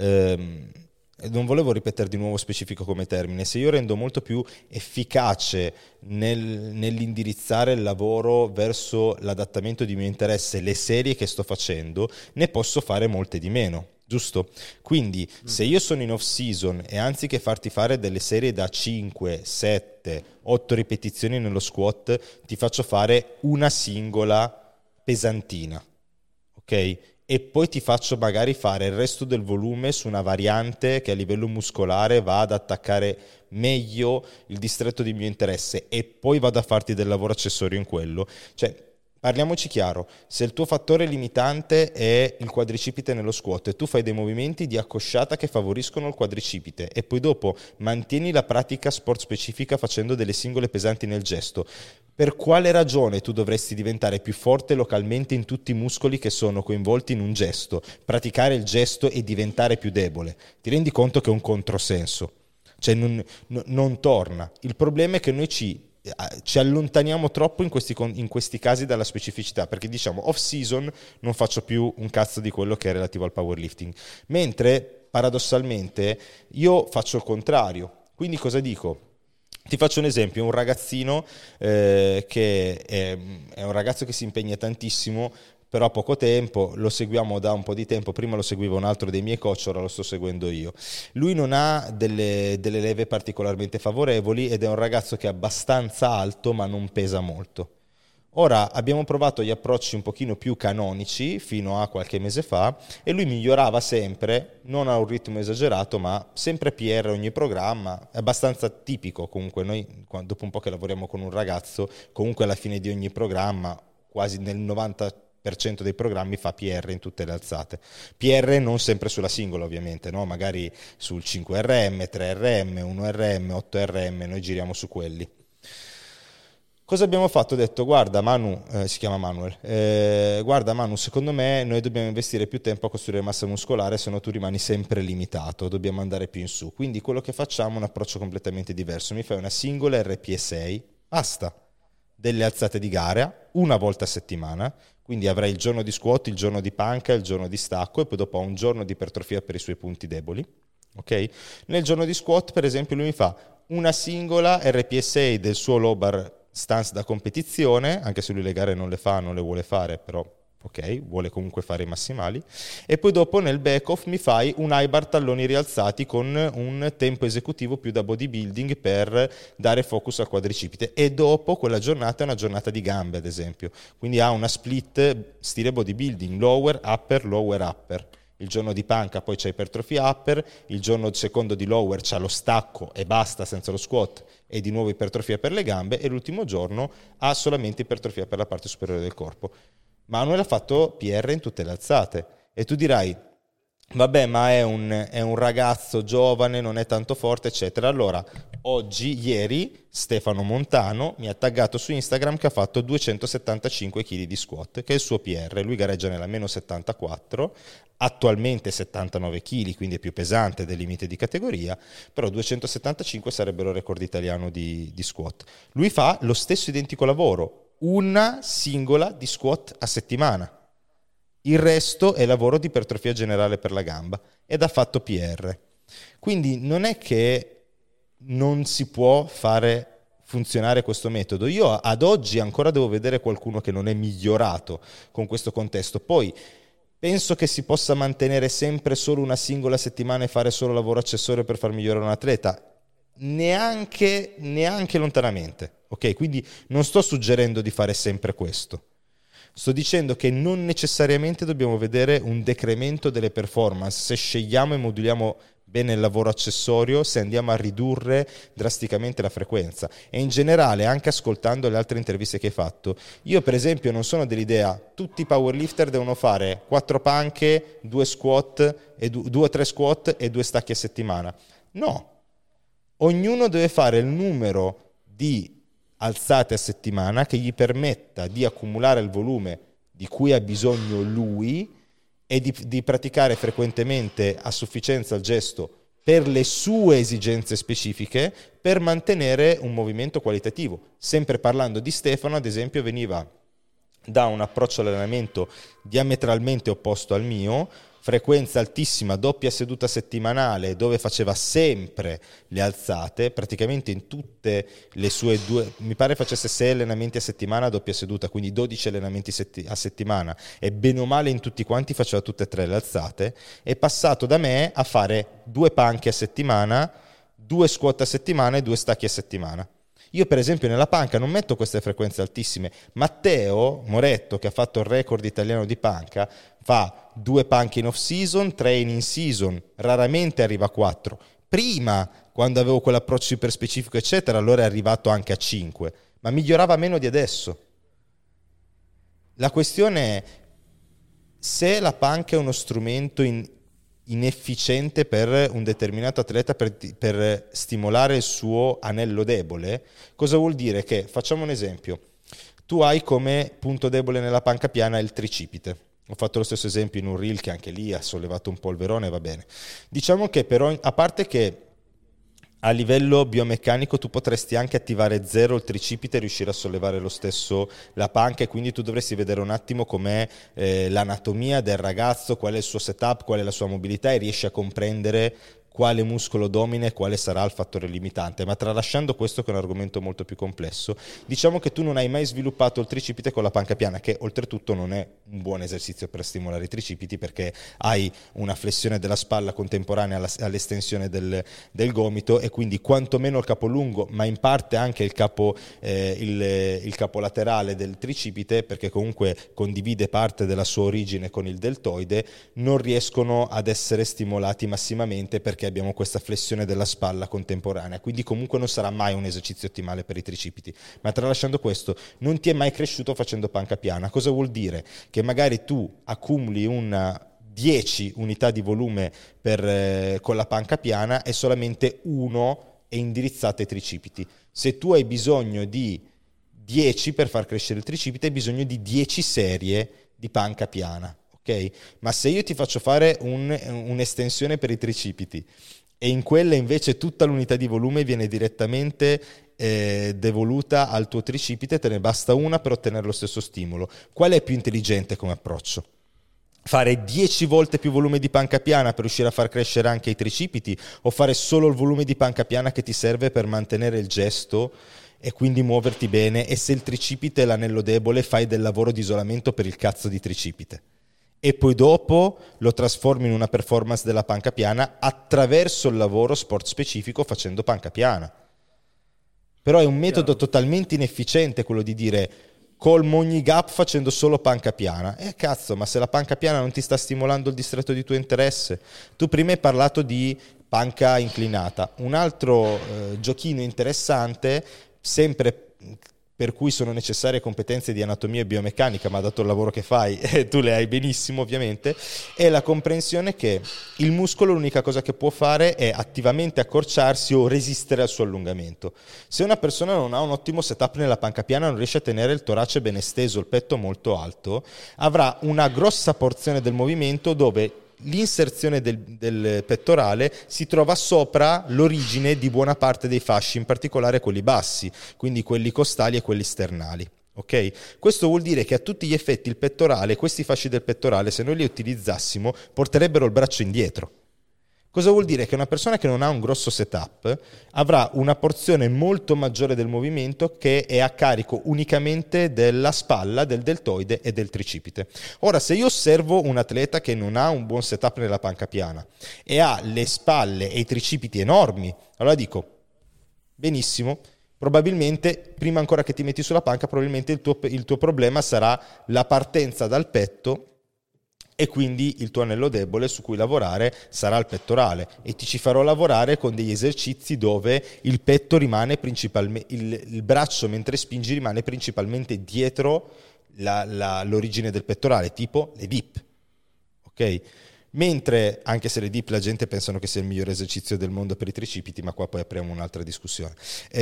non volevo ripetere di nuovo specifico come termine, se io rendo molto più efficace nell'indirizzare il lavoro verso l'adattamento di mio interesse, le serie che sto facendo, ne posso fare molte di meno, giusto? Quindi se io sono in off season e anziché farti fare delle serie da 5, 7, 8 ripetizioni nello squat, ti faccio fare una singola pesantina, ok? E poi ti faccio magari fare il resto del volume su una variante che a livello muscolare va ad attaccare meglio il distretto di mio interesse, e poi vado a farti del lavoro accessorio in quello. Cioè, parliamoci chiaro, se il tuo fattore limitante è il quadricipite nello squat e tu fai dei movimenti di accosciata che favoriscono il quadricipite e poi dopo mantieni la pratica sport specifica facendo delle singole pesanti nel gesto, per quale ragione tu dovresti diventare più forte localmente in tutti i muscoli che sono coinvolti in un gesto, praticare il gesto e diventare più debole? Ti rendi conto che è un controsenso? Cioè non torna. Il problema è che noi ci allontaniamo troppo in questi casi dalla specificità, perché diciamo off season non faccio più un cazzo di quello che è relativo al powerlifting, mentre paradossalmente io faccio il contrario. Quindi cosa dico? Ti faccio un esempio, un ragazzino che è un ragazzo che si impegna tantissimo, però ha poco tempo, lo seguiamo da un po' di tempo, prima lo seguiva un altro dei miei coach, ora lo sto seguendo io. Lui non ha delle leve particolarmente favorevoli ed è un ragazzo che è abbastanza alto ma non pesa molto. Ora abbiamo provato gli approcci un pochino più canonici fino a qualche mese fa e lui migliorava sempre, non a un ritmo esagerato, ma sempre PR ogni programma, è abbastanza tipico comunque. Noi dopo un po' che lavoriamo con un ragazzo, comunque alla fine di ogni programma, quasi nel 90% dei programmi fa PR in tutte le alzate. PR non sempre sulla singola ovviamente, no? Magari sul 5RM, 3RM, 1RM, 8RM, noi giriamo su quelli. Cosa abbiamo fatto? Ho detto, guarda Manu, si chiama Manuel, guarda Manu, secondo me noi dobbiamo investire più tempo a costruire massa muscolare, se no tu rimani sempre limitato, dobbiamo andare più in su. Quindi quello che facciamo è un approccio completamente diverso. Mi fai una singola RPE6, basta. delle alzate di gara una volta a settimana, quindi avrai il giorno di squat, il giorno di panca, il giorno di stacco e poi dopo un giorno di ipertrofia per i suoi punti deboli. Ok? Nel giorno di squat, per esempio, lui mi fa una singola RPSA del suo low bar stance da competizione, anche se lui le gare non le fa, non le vuole fare, però ok, vuole comunque fare i massimali, e poi dopo nel back off mi fai un high bar talloni rialzati con un tempo esecutivo più da bodybuilding per dare focus al quadricipite, e dopo quella giornata è una giornata di gambe ad esempio, quindi ha una split stile bodybuilding, lower upper. Il giorno di panca poi c'è ipertrofia upper, il giorno secondo di lower c'è lo stacco e basta senza lo squat e di nuovo ipertrofia per le gambe, e l'ultimo giorno ha solamente ipertrofia per la parte superiore del corpo. Manuel ha fatto PR in tutte le alzate e tu dirai vabbè, ma è un ragazzo giovane, non è tanto forte eccetera. Allora ieri Stefano Montano mi ha taggato su Instagram che ha fatto 275 kg di squat, che è il suo PR. Lui gareggia nella meno 74, attualmente 79 kg, quindi è più pesante del limite di categoria, però 275 sarebbero il record italiano di squat. Lui fa lo stesso identico lavoro, una singola di squat a settimana. Il resto è lavoro di ipertrofia generale per la gamba ed ha fatto PR. Quindi non è che non si può fare funzionare questo metodo. Io ad oggi ancora devo vedere qualcuno che non è migliorato con questo contesto. Poi penso che si possa mantenere sempre solo una singola settimana e fare solo lavoro accessorio per far migliorare un atleta. Neanche lontanamente. Ok? Quindi non sto suggerendo di fare sempre questo. Sto dicendo che non necessariamente dobbiamo vedere un decremento delle performance se scegliamo e moduliamo bene il lavoro accessorio, se andiamo a ridurre drasticamente la frequenza. E in generale, anche ascoltando le altre interviste che hai fatto, io per esempio non sono dell'idea tutti i powerlifter devono fare 4 panche, 2 squat e 2 o 3 squat e 2 stacchi a settimana. No, ognuno deve fare il numero di alzate a settimana che gli permetta di accumulare il volume di cui ha bisogno lui e di praticare frequentemente a sufficienza il gesto per le sue esigenze specifiche per mantenere un movimento qualitativo. Sempre parlando di Stefano, ad esempio, veniva da un approccio all'allenamento diametralmente opposto al mio, frequenza altissima, doppia seduta settimanale, dove faceva sempre le alzate, praticamente in tutte le sue mi pare facesse 6 allenamenti a settimana, doppia seduta, quindi 12 allenamenti a settimana, e bene o male in tutti quanti faceva tutte e 3 le alzate. È passato da me a fare 2 panche a settimana, 2 squat a settimana e 2 stacchi a settimana. Io per esempio nella panca non metto queste frequenze altissime. Matteo Moretto, che ha fatto il record italiano di panca, fa 2 panche in off season, 3 in season, raramente arriva a 4. Prima, quando avevo quell'approccio iper specifico eccetera, allora è arrivato anche a 5, ma migliorava meno di adesso. La questione è se la panca è uno strumento inefficiente per un determinato atleta per stimolare il suo anello debole. Cosa vuol dire? Che, facciamo un esempio, tu hai come punto debole nella panca piana il tricipite. Ho fatto lo stesso esempio in un reel che anche lì ha sollevato un polverone, va bene. Diciamo che però, a parte che a livello biomeccanico tu potresti anche attivare 0 il tricipite e riuscire a sollevare lo stesso la panca, e quindi tu dovresti vedere un attimo com'è l'anatomia del ragazzo, qual è il suo setup, qual è la sua mobilità, e riesci a comprendere quale muscolo domina e quale sarà il fattore limitante. Ma tralasciando questo, che è un argomento molto più complesso, diciamo che tu non hai mai sviluppato il tricipite con la panca piana, che oltretutto non è un buon esercizio per stimolare i tricipiti, perché hai una flessione della spalla contemporanea all'estensione del gomito, e quindi quantomeno il capo lungo, ma in parte anche il capo laterale del tricipite, perché comunque condivide parte della sua origine con il deltoide, non riescono ad essere stimolati massimamente perché abbiamo questa flessione della spalla contemporanea, quindi comunque non sarà mai un esercizio ottimale per i tricipiti. Ma tralasciando questo, non ti è mai cresciuto facendo panca piana. Cosa vuol dire? Che magari tu accumuli 10 unità di volume con la panca piana e solamente 1 è indirizzata ai tricipiti. Se tu hai bisogno di 10 per far crescere il tricipite, hai bisogno di 10 serie di panca piana. Okay? Ma se io ti faccio fare un'estensione per i tricipiti e in quella invece tutta l'unità di volume viene direttamente devoluta al tuo tricipite, te ne basta una per ottenere lo stesso stimolo. Qual è più intelligente come approccio? Fare 10 volte più volume di panca piana per riuscire a far crescere anche i tricipiti, o fare solo il volume di panca piana che ti serve per mantenere il gesto e quindi muoverti bene, e se il tricipite è l'anello debole fai del lavoro di isolamento per il cazzo di tricipite e poi dopo lo trasformi in una performance della panca piana attraverso il lavoro sport specifico facendo panca piana. Però è un metodo totalmente inefficiente quello di dire colmo ogni gap facendo solo panca piana. Cazzo, ma se la panca piana non ti sta stimolando il distretto di tuo interesse. Tu prima hai parlato di panca inclinata. Un altro giochino interessante, sempre per cui sono necessarie competenze di anatomia e biomeccanica, ma dato il lavoro che fai, tu le hai benissimo ovviamente, è la comprensione che il muscolo l'unica cosa che può fare è attivamente accorciarsi o resistere al suo allungamento. Se una persona non ha un ottimo setup nella panca piana, non riesce a tenere il torace ben esteso, il petto molto alto, avrà una grossa porzione del movimento dove l'inserzione del pettorale si trova sopra l'origine di buona parte dei fasci, in particolare quelli bassi, quindi quelli costali e quelli sternali. Ok? Questo vuol dire che a tutti gli effetti il pettorale, questi fasci del pettorale, se noi li utilizzassimo, porterebbero il braccio indietro. Cosa vuol dire? Che una persona che non ha un grosso setup avrà una porzione molto maggiore del movimento che è a carico unicamente della spalla, del deltoide e del tricipite. Ora, se io osservo un atleta che non ha un buon setup nella panca piana e ha le spalle e i tricipiti enormi, allora dico, benissimo, probabilmente, prima ancora che ti metti sulla panca, probabilmente il tuo problema sarà la partenza dal petto, e quindi il tuo anello debole su cui lavorare sarà il pettorale, e ti ci farò lavorare con degli esercizi dove il petto rimane principalmente, il braccio mentre spingi rimane principalmente dietro l'origine del pettorale, tipo le dip, ok? Mentre, anche se le dip la gente pensano che sia il migliore esercizio del mondo per i tricipiti, ma qua poi apriamo un'altra discussione.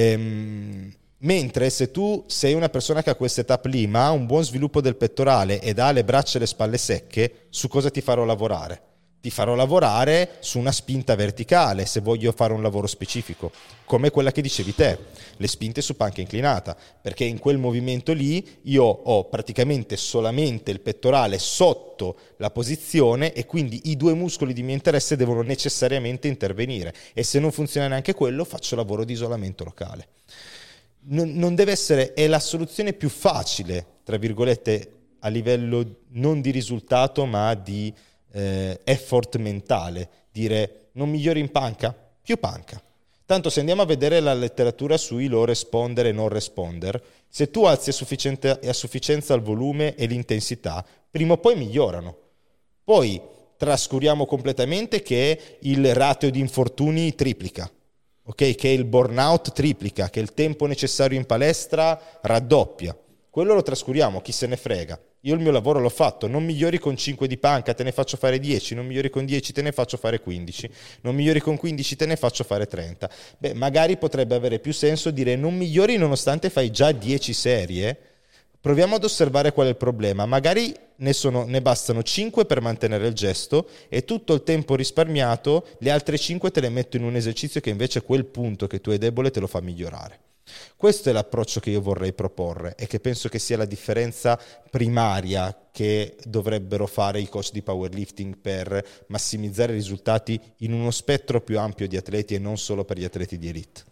Mentre se tu sei una persona che ha quel setup lì ma ha un buon sviluppo del pettorale ed ha le braccia e le spalle secche, su cosa ti farò lavorare? Ti farò lavorare su una spinta verticale, se voglio fare un lavoro specifico, come quella che dicevi te, le spinte su panca inclinata, perché in quel movimento lì io ho praticamente solamente il pettorale sotto la posizione e quindi i due muscoli di mio interesse devono necessariamente intervenire, e se non funziona neanche quello faccio lavoro di isolamento locale. Non deve essere, è la soluzione più facile, tra virgolette, a livello non di risultato ma di effort mentale, dire non migliori in panca? Più panca. Tanto se andiamo a vedere la letteratura sui low responder e non responder, se tu alzi a sufficienza il volume e l'intensità, prima o poi migliorano. Poi trascuriamo completamente che il ratio di infortuni triplica. Ok, che il burnout triplica, che il tempo necessario in palestra raddoppia. Quello lo trascuriamo, chi se ne frega. Io il mio lavoro l'ho fatto, non migliori con 5 di panca, te ne faccio fare 10, non migliori con 10, te ne faccio fare 15, non migliori con 15, te ne faccio fare 30. Beh, magari potrebbe avere più senso dire non migliori nonostante fai già 10 serie. Proviamo ad osservare qual è il problema. Magari ne bastano 5 per mantenere il gesto e tutto il tempo risparmiato, le altre 5 te le metto in un esercizio che invece quel punto che tu hai debole te lo fa migliorare. Questo è l'approccio che io vorrei proporre e che penso che sia la differenza primaria che dovrebbero fare i coach di powerlifting per massimizzare i risultati in uno spettro più ampio di atleti e non solo per gli atleti di elite.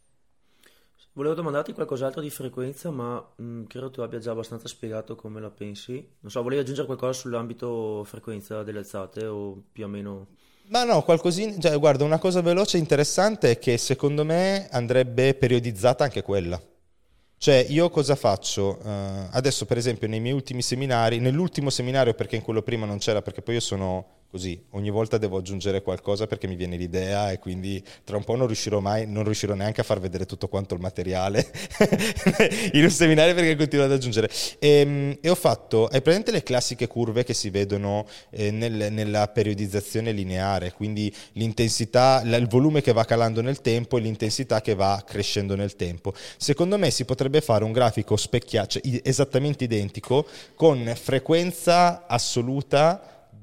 Volevo domandarti qualcos'altro di frequenza, ma credo tu abbia già abbastanza spiegato come la pensi. Non so, volevi aggiungere qualcosa sull'ambito frequenza delle alzate o più o meno?
Ma no, qualcosina, cioè, guarda, una cosa veloce e interessante è che secondo me andrebbe periodizzata anche quella. Cioè, io cosa faccio? Adesso, per esempio, nei miei ultimi seminari, nell'ultimo seminario, perché in quello prima non c'era, perché poi io sono così, ogni volta devo aggiungere qualcosa perché mi viene l'idea e quindi tra un po' non riuscirò neanche a far vedere tutto quanto il materiale in un seminario perché continuo ad aggiungere. E ho fatto, hai presente le classiche curve che si vedono nella periodizzazione lineare, quindi l'intensità, il volume che va calando nel tempo e l'intensità che va crescendo nel tempo. Secondo me si potrebbe fare un grafico esattamente identico con frequenza assoluta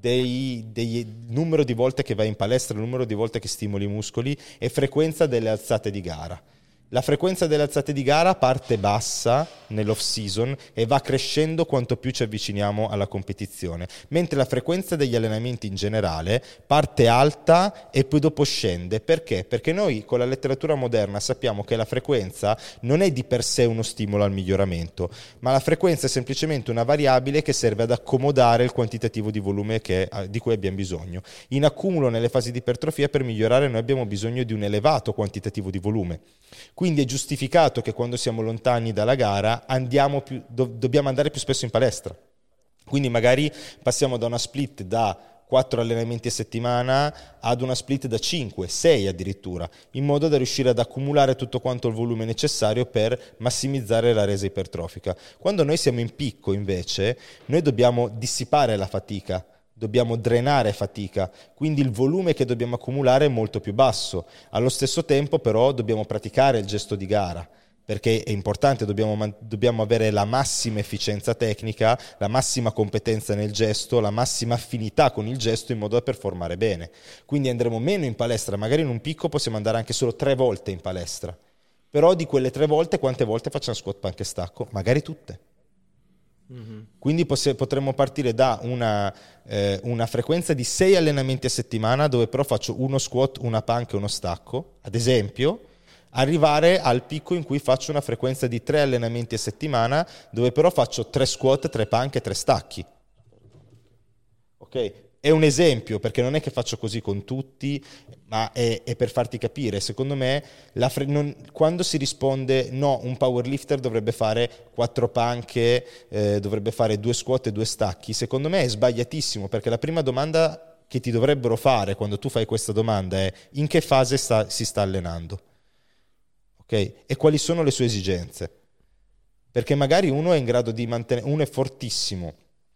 numero di volte che vai in palestra, il numero di volte che stimoli i muscoli e frequenza delle alzate di gara. La frequenza delle alzate di gara parte bassa nell'off season e va crescendo quanto più ci avviciniamo alla competizione, mentre la frequenza degli allenamenti in generale parte alta e poi dopo scende. Perché? Perché noi con la letteratura moderna sappiamo che la frequenza non è di per sé uno stimolo al miglioramento, ma la frequenza è semplicemente una variabile che serve ad accomodare il quantitativo di volume di cui abbiamo bisogno. In accumulo nelle fasi di ipertrofia, per migliorare noi abbiamo bisogno di un elevato quantitativo di volume. Quindi è giustificato che quando siamo lontani dalla gara dobbiamo andare più spesso in palestra. Quindi magari passiamo da una split da 4 allenamenti a settimana ad una split da 5, 6 addirittura, in modo da riuscire ad accumulare tutto quanto il volume necessario per massimizzare la resa ipertrofica. Quando noi siamo in picco, invece, noi dobbiamo dissipare la fatica, dobbiamo drenare fatica, quindi il volume che dobbiamo accumulare è molto più basso. Allo stesso tempo però dobbiamo praticare il gesto di gara, perché è importante, dobbiamo avere la massima efficienza tecnica, la massima competenza nel gesto, la massima affinità con il gesto in modo da performare bene. Quindi andremo meno in palestra, magari in un picco possiamo andare anche solo 3 volte in palestra, però di quelle 3 volte quante volte facciamo squat, plank e stacco? Magari tutte. Quindi potremmo partire da una frequenza di 6 allenamenti a settimana, dove però faccio uno squat, una plank e uno stacco, ad esempio, arrivare al picco in cui faccio una frequenza di 3 allenamenti a settimana, dove però faccio 3 squat, 3 plank e 3 stacchi. Ok? È un esempio, perché non è che faccio così con tutti, ma è per farti capire. Secondo me, quando si risponde no, un powerlifter dovrebbe fare 4 panche, dovrebbe fare 2 squat e 2 stacchi, secondo me è sbagliatissimo, perché la prima domanda che ti dovrebbero fare quando tu fai questa domanda è: in che fase si sta allenando? Okay? E quali sono le sue esigenze? Perché magari uno è in grado di mantenere, uno è fortissimo,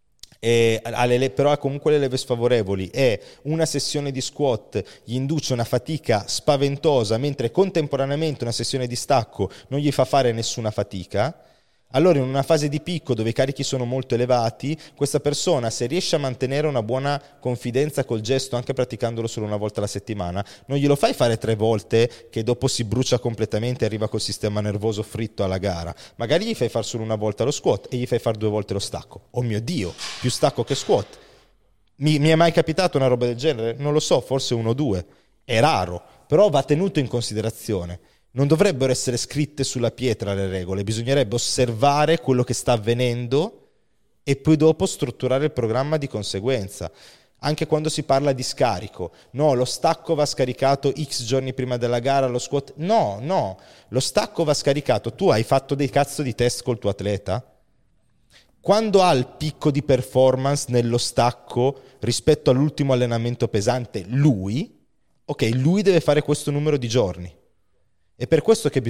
però ha comunque le leve sfavorevoli, e una sessione di squat gli induce una fatica spaventosa, mentre contemporaneamente una sessione di stacco non gli fa fare nessuna fatica. Allora, in una fase di picco dove i carichi sono molto elevati, questa persona, se riesce a mantenere una buona confidenza col gesto, anche praticandolo solo una volta alla settimana, non glielo fai fare 3 volte che dopo si brucia completamente e arriva col sistema nervoso fritto alla gara. Magari gli fai fare solo una volta lo squat e gli fai fare 2 volte lo stacco. Oh mio Dio, più stacco che squat. Mi è mai capitato una roba del genere? Non lo so, forse 1 o 2. È raro, però va tenuto in considerazione. Non dovrebbero essere scritte sulla pietra le regole, bisognerebbe osservare quello che sta avvenendo e poi dopo strutturare il programma di conseguenza. Anche quando si parla di scarico, no, lo stacco va scaricato X giorni prima della gara, lo squat, no, lo stacco va scaricato. Tu hai fatto dei cazzo di test col tuo atleta? Quando ha il picco di performance nello stacco rispetto all'ultimo allenamento pesante, lui deve fare questo numero di giorni. È per questo che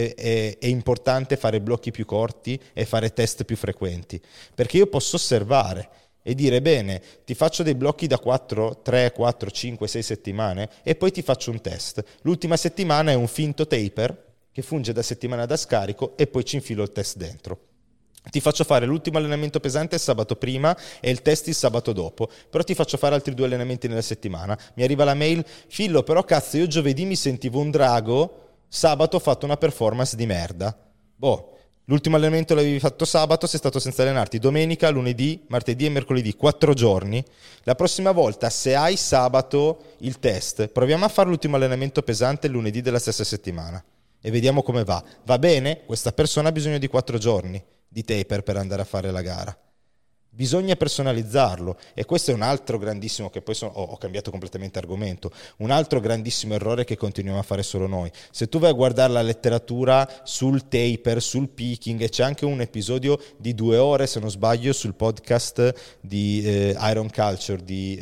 è importante fare blocchi più corti e fare test più frequenti, perché io posso osservare e dire: bene, ti faccio dei blocchi da 3, 4, 5, 6 settimane e poi ti faccio un test. L'ultima settimana è un finto taper che funge da settimana da scarico e poi ci infilo il test dentro. Ti faccio fare l'ultimo allenamento pesante il sabato prima e il test il sabato dopo, però ti faccio fare altri 2 allenamenti nella settimana. Mi arriva la mail: Fillo, però cazzo, io giovedì mi sentivo un drago, sabato ho fatto una performance di merda. L'ultimo allenamento l'avevi fatto sabato, sei stato senza allenarti domenica, lunedì, martedì e mercoledì, 4 giorni. La prossima volta, se hai sabato il test, proviamo a fare l'ultimo allenamento pesante il lunedì della stessa settimana e vediamo come va. Va bene? Questa persona ha bisogno di 4 giorni di taper per andare a fare la gara. Bisogna personalizzarlo, e questo è un altro grandissimo, che poi ho cambiato completamente argomento, un altro grandissimo errore che continuiamo a fare solo noi. Se tu vai a guardare la letteratura sul taper, sul peaking, e c'è anche un episodio di 2 ore, se non sbaglio, sul podcast di Iron Culture di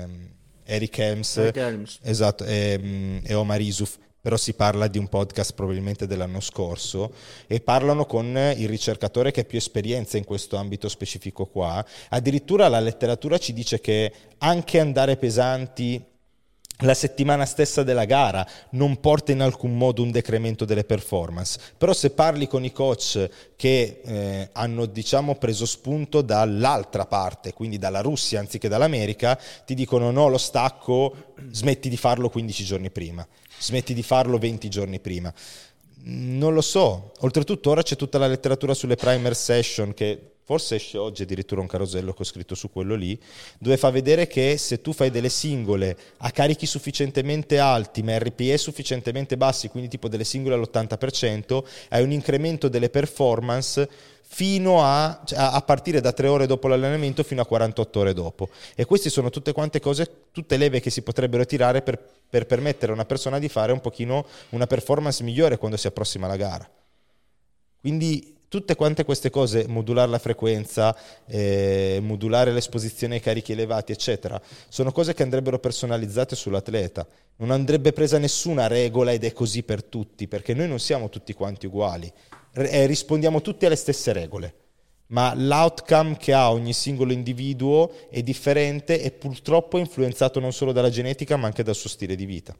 Eric Helms, esatto, e Omar Isuf. Però si parla di un podcast probabilmente dell'anno scorso, e parlano con il ricercatore che ha più esperienza in questo ambito specifico qua. Addirittura la letteratura ci dice che anche andare pesanti la settimana stessa della gara non porta in alcun modo un decremento delle performance. Però se parli con i coach che hanno, diciamo, preso spunto dall'altra parte, quindi dalla Russia anziché dall'America, ti dicono no, lo stacco smetti di farlo 15 giorni prima, smetti di farlo 20 giorni prima. Non lo so. Oltretutto ora c'è tutta la letteratura sulle primer session, che forse esce oggi addirittura un carosello che ho scritto su quello lì, dove fa vedere che se tu fai delle singole a carichi sufficientemente alti ma RPE sufficientemente bassi, quindi tipo delle singole all'80%, hai un incremento delle performance fino a partire da 3 ore dopo l'allenamento fino a 48 ore dopo. E queste sono tutte quante cose, tutte leve che si potrebbero tirare per permettere a una persona di fare un pochino una performance migliore quando si approssima alla gara. Quindi tutte quante queste cose, modulare la frequenza, modulare l'esposizione ai carichi elevati, eccetera, sono cose che andrebbero personalizzate sull'atleta. Non andrebbe presa nessuna regola ed è così per tutti, perché noi non siamo tutti quanti uguali. Rispondiamo tutti alle stesse regole, ma l'outcome che ha ogni singolo individuo è differente e purtroppo è influenzato non solo dalla genetica, ma anche dal suo stile di vita.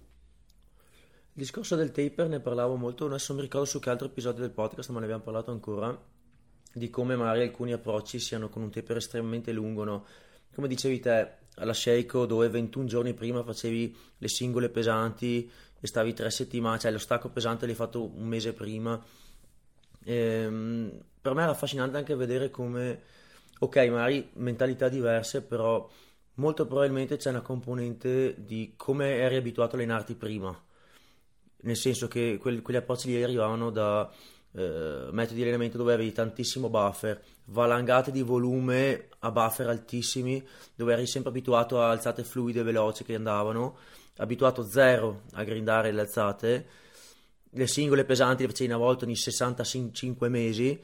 Il discorso del taper ne parlavo molto, adesso non mi ricordo su che altro episodio del podcast, ma ne abbiamo parlato ancora, di come magari alcuni approcci siano con un taper estremamente lungo, no? Come dicevi te, alla Sheiko, dove 21 giorni prima facevi le singole pesanti e stavi 3 settimane, cioè lo stacco pesante l'hai fatto un mese prima. Per me era affascinante anche vedere come, ok, magari mentalità diverse, però molto probabilmente c'è una componente di come eri abituato a allenarti prima. Nel senso che quegli approcci lì arrivavano da metodi di allenamento dove avevi tantissimo buffer, valangate di volume a buffer altissimi, dove eri sempre abituato a alzate fluide veloci che andavano, abituato zero a grindare le alzate, le singole pesanti le facevi una volta ogni 65 mesi,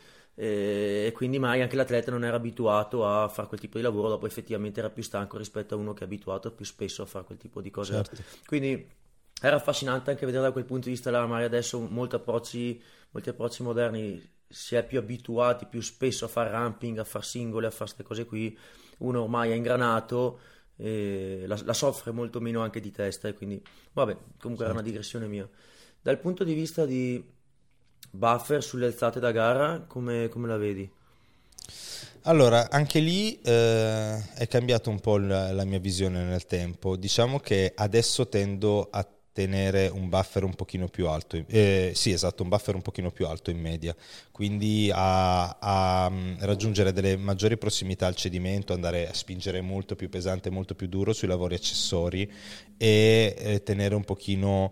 e quindi mai anche l'atleta non era abituato a fare quel tipo di lavoro, dopo effettivamente era più stanco rispetto a uno che è abituato più spesso a fare quel tipo di cose.
Certo.
Quindi era affascinante anche vedere da quel punto di vista là, magari adesso molti approcci moderni si è più abituati più spesso a fare ramping, a fare singole, a fare queste cose qui, uno ormai è ingranato e la soffre molto meno anche di testa, e quindi vabbè, comunque era una digressione mia. Dal punto di vista di buffer sulle alzate da gara, come la vedi?
Allora, anche lì è cambiata un po' la mia visione nel tempo. Diciamo che adesso tendo a tenere un buffer un pochino più alto, sì, esatto, un buffer un pochino più alto in media, quindi a raggiungere delle maggiori prossimità al cedimento, andare a spingere molto più pesante, molto più duro sui lavori accessori e tenere un pochino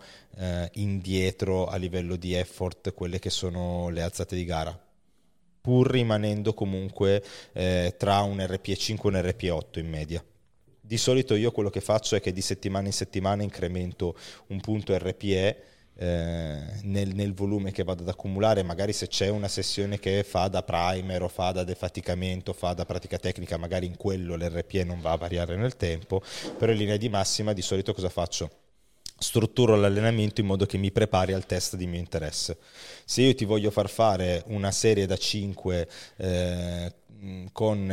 indietro a livello di effort quelle che sono le alzate di gara, pur rimanendo comunque tra un RPE 5 e un RPE 8 in media. Di solito io quello che faccio è che di settimana in settimana incremento un punto RPE nel volume che vado ad accumulare. Magari se c'è una sessione che fa da primer o fa da defaticamento, fa da pratica tecnica, magari in quello l'RPE non va a variare nel tempo, però in linea di massima di solito cosa faccio? Strutturo l'allenamento in modo che mi prepari al test di mio interesse. Se io ti voglio far fare una serie da 5 con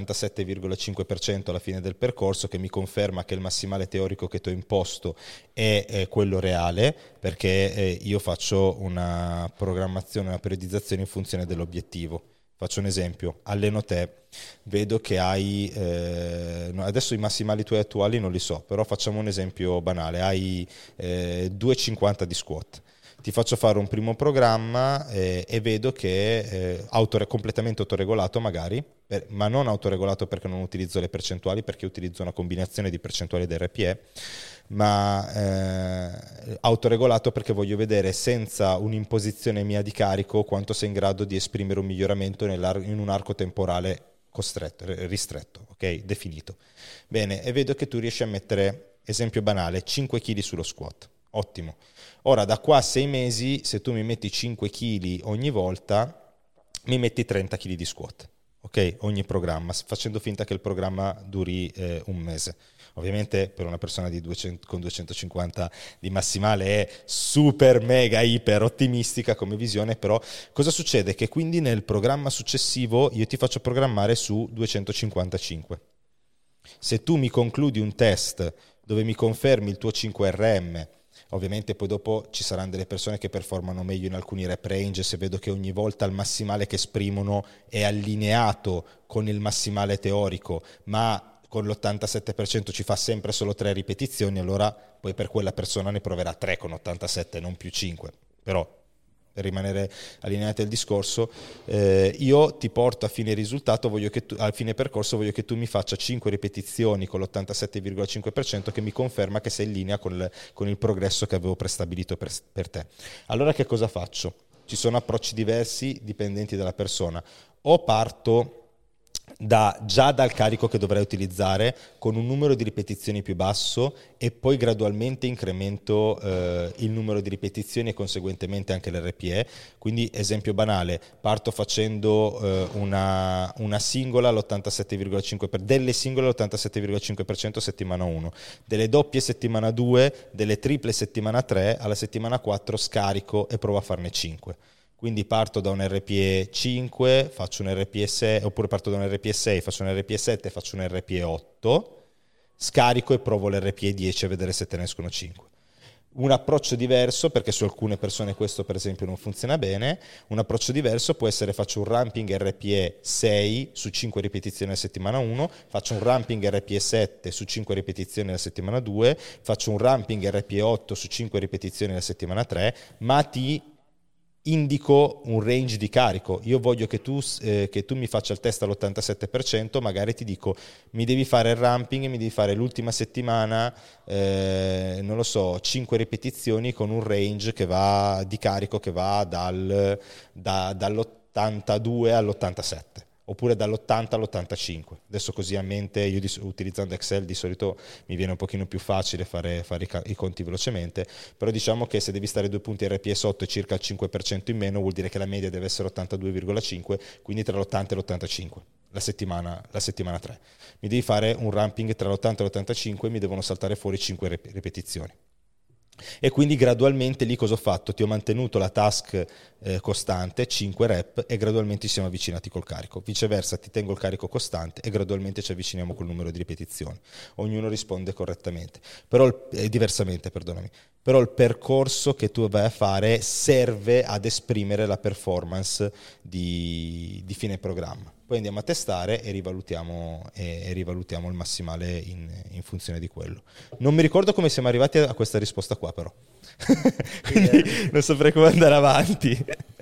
l'87,5% alla fine del percorso, che mi conferma che il massimale teorico che ti ho imposto è quello reale, perché io faccio una programmazione, una periodizzazione in funzione dell'obiettivo. Faccio un esempio, alleno te, vedo che hai, adesso i massimali tuoi attuali non li so, però facciamo un esempio banale, hai 2,50 di squat. Ti faccio fare un primo programma e vedo che è completamente autoregolato magari, ma non autoregolato perché non utilizzo le percentuali, perché utilizzo una combinazione di percentuali di RPE, ma autoregolato perché voglio vedere senza un'imposizione mia di carico quanto sei in grado di esprimere un miglioramento in un arco temporale ristretto, ok? Definito. Bene, e vedo che tu riesci a mettere, esempio banale, 5 kg sullo squat. Ottimo. Ora da qua a 6 mesi, se tu mi metti 5 kg ogni volta, mi metti 30 kg di squat, ok? Ogni programma, facendo finta che il programma duri un mese. Ovviamente per una persona con 250 di massimale è super mega iper ottimistica come visione, però cosa succede? Che quindi nel programma successivo io ti faccio programmare su 255. Se tu mi concludi un test dove mi confermi il tuo 5RM. Ovviamente poi dopo ci saranno delle persone che performano meglio in alcuni rep range, se vedo che ogni volta il massimale che esprimono è allineato con il massimale teorico, ma con l'87% ci fa sempre solo 3 ripetizioni, allora poi per quella persona ne proverà 3 con 87, non più 5. Però per rimanere allineati al discorso, io ti porto a fine risultato, a fine percorso voglio che tu mi faccia 5 ripetizioni con l'87,5% che mi conferma che sei in linea con il progresso che avevo prestabilito per te. Allora che cosa faccio? Ci sono approcci diversi dipendenti dalla persona. O parto già dal carico che dovrei utilizzare con un numero di ripetizioni più basso e poi gradualmente incremento il numero di ripetizioni e conseguentemente anche l'RPE. Quindi esempio banale, parto facendo una singola all'87,5%, delle singole all'87,5% settimana 1, delle doppie settimana 2, delle triple settimana 3, alla settimana 4 scarico e provo a farne 5. Quindi parto da un RPE 5, faccio un RPE 6, oppure parto da un RPE 6, faccio un RPE 7, faccio un RPE 8, scarico e provo l'RPE 10 a vedere se te ne escono 5. Un approccio diverso, perché su alcune persone questo per esempio non funziona bene, un approccio diverso può essere: faccio un ramping RPE 6 su 5 ripetizioni alla settimana 1, faccio un ramping RPE 7 su 5 ripetizioni alla settimana 2, faccio un ramping RPE 8 su 5 ripetizioni alla settimana 3, ma ti indico un range di carico. Io voglio che tu mi faccia il test all'87%, magari ti dico mi devi fare il ramping e mi devi fare l'ultima settimana non lo so, 5 ripetizioni con un range di carico che va dall'82 all'87, oppure dall'80 all'85. Adesso così a mente, io utilizzando Excel di solito mi viene un pochino più facile fare i conti velocemente, però diciamo che se devi stare 2 punti RPE sotto e circa il 5% in meno, vuol dire che la media deve essere 82,5, quindi tra l'80 e l'85 la settimana 3. Mi devi fare un ramping tra l'80 e l'85 e mi devono saltare fuori 5 ripetizioni. E quindi gradualmente lì cosa ho fatto? Ti ho mantenuto la task costante, 5 rep, e gradualmente ci siamo avvicinati col carico. Viceversa, ti tengo il carico costante e gradualmente ci avviciniamo col numero di ripetizioni. Ognuno risponde correttamente, diversamente, perdonami. Però il percorso che tu vai a fare serve ad esprimere la performance di fine programma. Poi andiamo a testare e rivalutiamo il massimale in funzione di quello. Non mi ricordo come siamo arrivati a questa risposta qua, però. Quindi non saprei come andare avanti.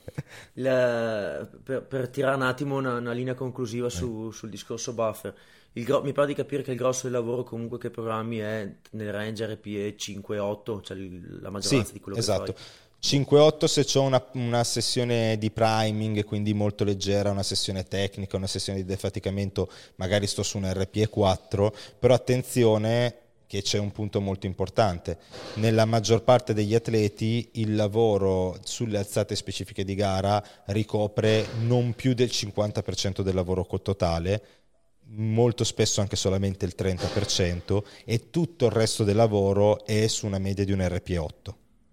Per tirare un attimo una linea conclusiva sul discorso buffer, mi pare di capire che il grosso del lavoro comunque che programmi è nel range RPE 5-8, cioè la maggioranza di quello che
esatto.
fai.
5-8 se ho una sessione di priming, quindi molto leggera, una sessione tecnica, una sessione di defaticamento, magari sto su un RPE 4, però attenzione che c'è un punto molto importante: nella maggior parte degli atleti il lavoro sulle alzate specifiche di gara ricopre non più del 50% del lavoro totale, molto spesso anche solamente il 30%, e tutto il resto del lavoro è su una media di un RPE 8.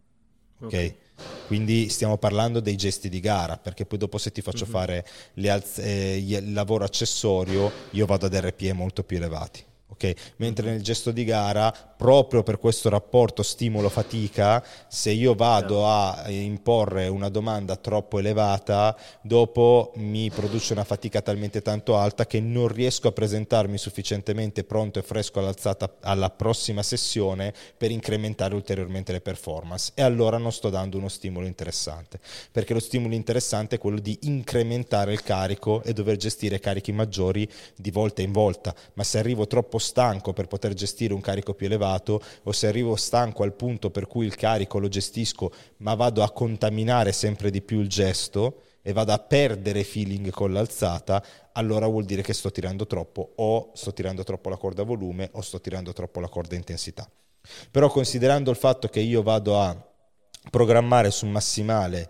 Ok, quindi stiamo parlando dei gesti di gara, perché poi dopo se ti faccio fare il lavoro accessorio io vado ad RPE molto più elevati. Okay. Mentre nel gesto di gara, proprio per questo rapporto stimolo-fatica, se io vado a imporre una domanda troppo elevata, dopo mi produce una fatica talmente tanto alta che non riesco a presentarmi sufficientemente pronto e fresco all'alzata alla prossima sessione per incrementare ulteriormente le performance, e allora non sto dando uno stimolo interessante, perché lo stimolo interessante è quello di incrementare il carico e dover gestire carichi maggiori di volta in volta. Ma se arrivo troppo stanco per poter gestire un carico più elevato, o se arrivo stanco al punto per cui il carico lo gestisco ma vado a contaminare sempre di più il gesto e vado a perdere feeling con l'alzata, allora vuol dire che sto tirando troppo, o sto tirando troppo la corda volume o sto tirando troppo la corda intensità. Però considerando il fatto che io vado a programmare su un massimale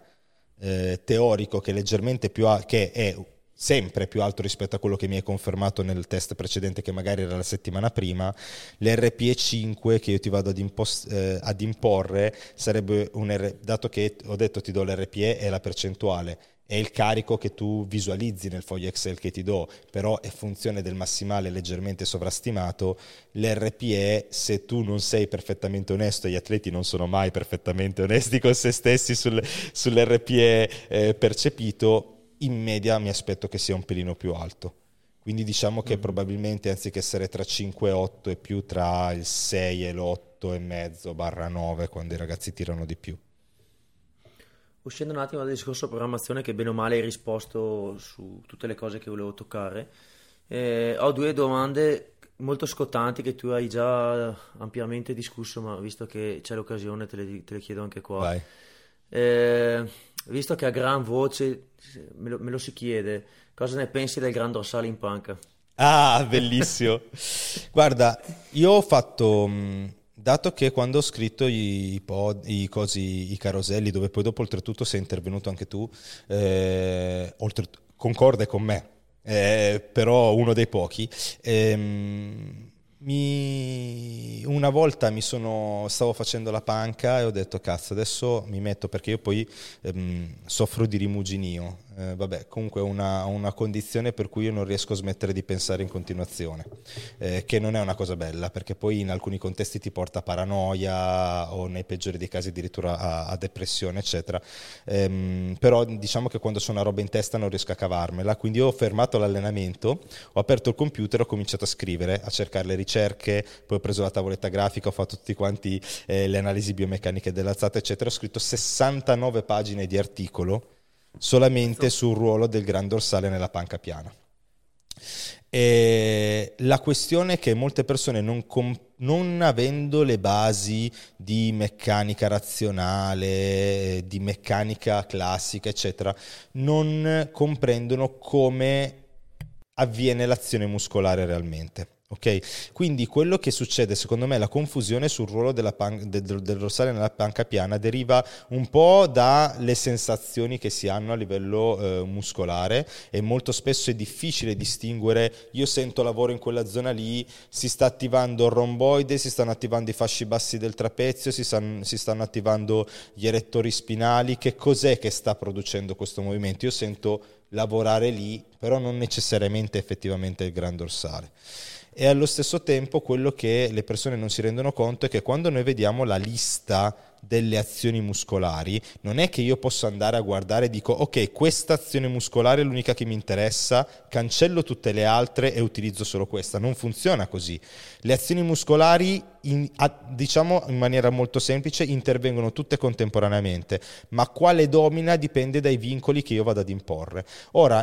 teorico che è leggermente più che è sempre più alto rispetto a quello che mi hai confermato nel test precedente, che magari era la settimana prima, l'RPE 5 che io ti vado ad imporre sarebbe dato che ho detto ti do l'RPE e la percentuale, è il carico che tu visualizzi nel foglio Excel che ti do, però è funzione del massimale leggermente sovrastimato. L'RPE, se tu non sei perfettamente onesto, gli atleti non sono mai perfettamente onesti con se stessi sull'RPE percepito, in media mi aspetto che sia un pelino più alto. Quindi diciamo che probabilmente anziché essere tra 5 e 8 è più tra il 6 e l'8,5/9 quando i ragazzi tirano di più.
Uscendo un attimo dal discorso programmazione, che bene o male hai risposto su tutte le cose che volevo toccare, ho due domande molto scottanti che tu hai già ampiamente discusso, ma visto che c'è l'occasione te le chiedo anche qua.
Vai.
Visto che a gran voce me lo si chiede, cosa ne pensi del Gran Dorsale in panca?
Ah, bellissimo. Guarda, io ho fatto, dato che quando ho scritto i caroselli, dove poi dopo oltretutto sei intervenuto anche tu, concorde con me, però uno dei pochi, una volta stavo facendo la panca e ho detto cazzo, adesso mi metto, perché io poi soffro di rimuginio, vabbè, comunque una condizione per cui io non riesco a smettere di pensare in continuazione, che non è una cosa bella, perché poi in alcuni contesti ti porta a paranoia o nei peggiori dei casi addirittura a depressione eccetera, però diciamo che quando c'ho una roba in testa non riesco a cavarmela, quindi ho fermato l'allenamento, ho aperto il computer, ho cominciato a scrivere, a cercare le ricerche, poi ho preso la tavoletta grafica, ho fatto tutti quanti le analisi biomeccaniche dell'alzata eccetera, ho scritto 69 pagine di articolo solamente sul ruolo del gran dorsale nella panca piana. E la questione è che molte persone non avendo le basi di meccanica razionale, di meccanica classica eccetera, non comprendono come avviene l'azione muscolare realmente. Ok, quindi quello che succede, secondo me, la confusione sul ruolo del dorsale nella panca piana deriva un po' dalle sensazioni che si hanno a livello muscolare, e molto spesso è difficile distinguere. Io sento lavoro in quella zona lì, si sta attivando il romboide, si stanno attivando i fasci bassi del trapezio, si stanno attivando gli erettori spinali. Che cos'è che sta producendo questo movimento? Io sento lavorare lì, però non necessariamente effettivamente il gran dorsale. E allo stesso tempo quello che le persone non si rendono conto è che quando noi vediamo la lista delle azioni muscolari, non è che io posso andare a guardare e dico ok, questa azione muscolare è l'unica che mi interessa, cancello tutte le altre e utilizzo solo questa. Non funziona così. Le azioni muscolari, diciamo in maniera molto semplice, intervengono tutte contemporaneamente, ma quale domina dipende dai vincoli che io vado ad imporre. Ora,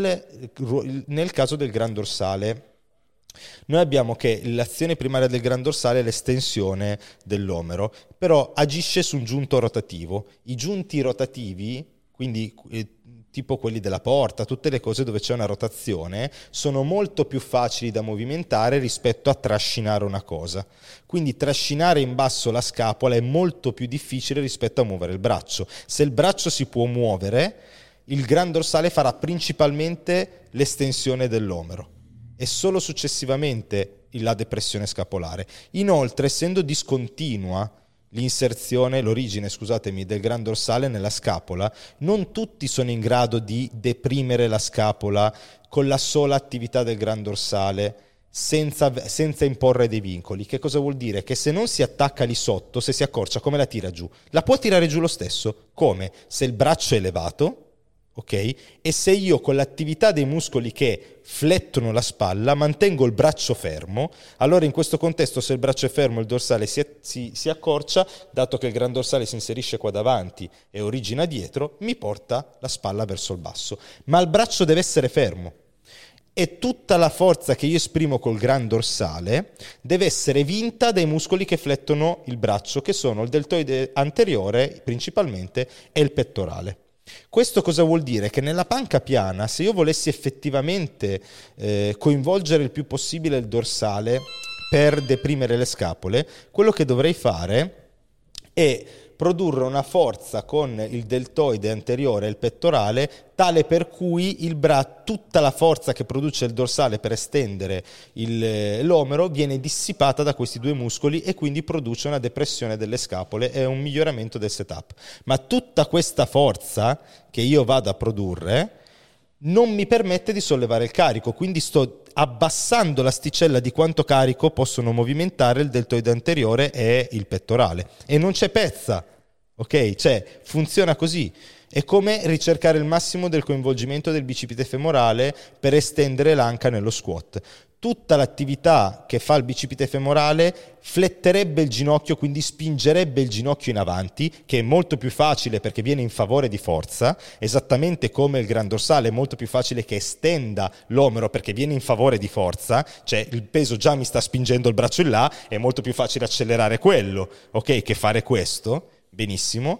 nel caso del gran dorsale, noi abbiamo che l'azione primaria del gran dorsale è l'estensione dell'omero, però agisce su un giunto rotativo. I giunti rotativi, quindi tipo quelli della porta, tutte le cose dove c'è una rotazione, sono molto più facili da movimentare rispetto a trascinare una cosa. Quindi trascinare in basso la scapola è molto più difficile rispetto a muovere il braccio. Se il braccio si può muovere, il gran dorsale farà principalmente l'estensione dell'omero e solo successivamente la depressione scapolare. Inoltre, essendo discontinua l'origine del gran dorsale nella scapola, non tutti sono in grado di deprimere la scapola con la sola attività del gran dorsale senza imporre dei vincoli. Che cosa vuol dire? Che se non si attacca lì sotto, se si accorcia, come la tira giù? La può tirare giù lo stesso. Come? Se il braccio è elevato, ok? E se io con l'attività dei muscoli che flettono la spalla mantengo il braccio fermo, allora in questo contesto, se il braccio è fermo, il dorsale si accorcia, dato che il gran dorsale si inserisce qua davanti e origina dietro, mi porta la spalla verso il basso. Ma il braccio deve essere fermo. E tutta la forza che io esprimo col gran dorsale deve essere vinta dai muscoli che flettono il braccio, che sono il deltoide anteriore principalmente e il pettorale. Questo cosa vuol dire? Che nella panca piana, se io volessi effettivamente coinvolgere il più possibile il dorsale per deprimere le scapole, quello che dovrei fare è produrre una forza con il deltoide anteriore e il pettorale tale per cui tutta la forza che produce il dorsale per estendere l'omero viene dissipata da questi due muscoli e quindi produce una depressione delle scapole e un miglioramento del setup. Ma tutta questa forza che io vado a produrre non mi permette di sollevare il carico, quindi sto abbassando l'asticella di quanto carico possono movimentare il deltoide anteriore e il pettorale, e non c'è pezza, ok? Cioè funziona così. È come ricercare il massimo del coinvolgimento del bicipite femorale per estendere l'anca nello squat. Tutta l'attività che fa il bicipite femorale fletterebbe il ginocchio, quindi spingerebbe il ginocchio in avanti, che è molto più facile perché viene in favore di forza, esattamente come il gran dorsale è molto più facile che estenda l'omero perché viene in favore di forza, cioè il peso già mi sta spingendo il braccio in là, è molto più facile accelerare quello, ok, che fare questo, benissimo.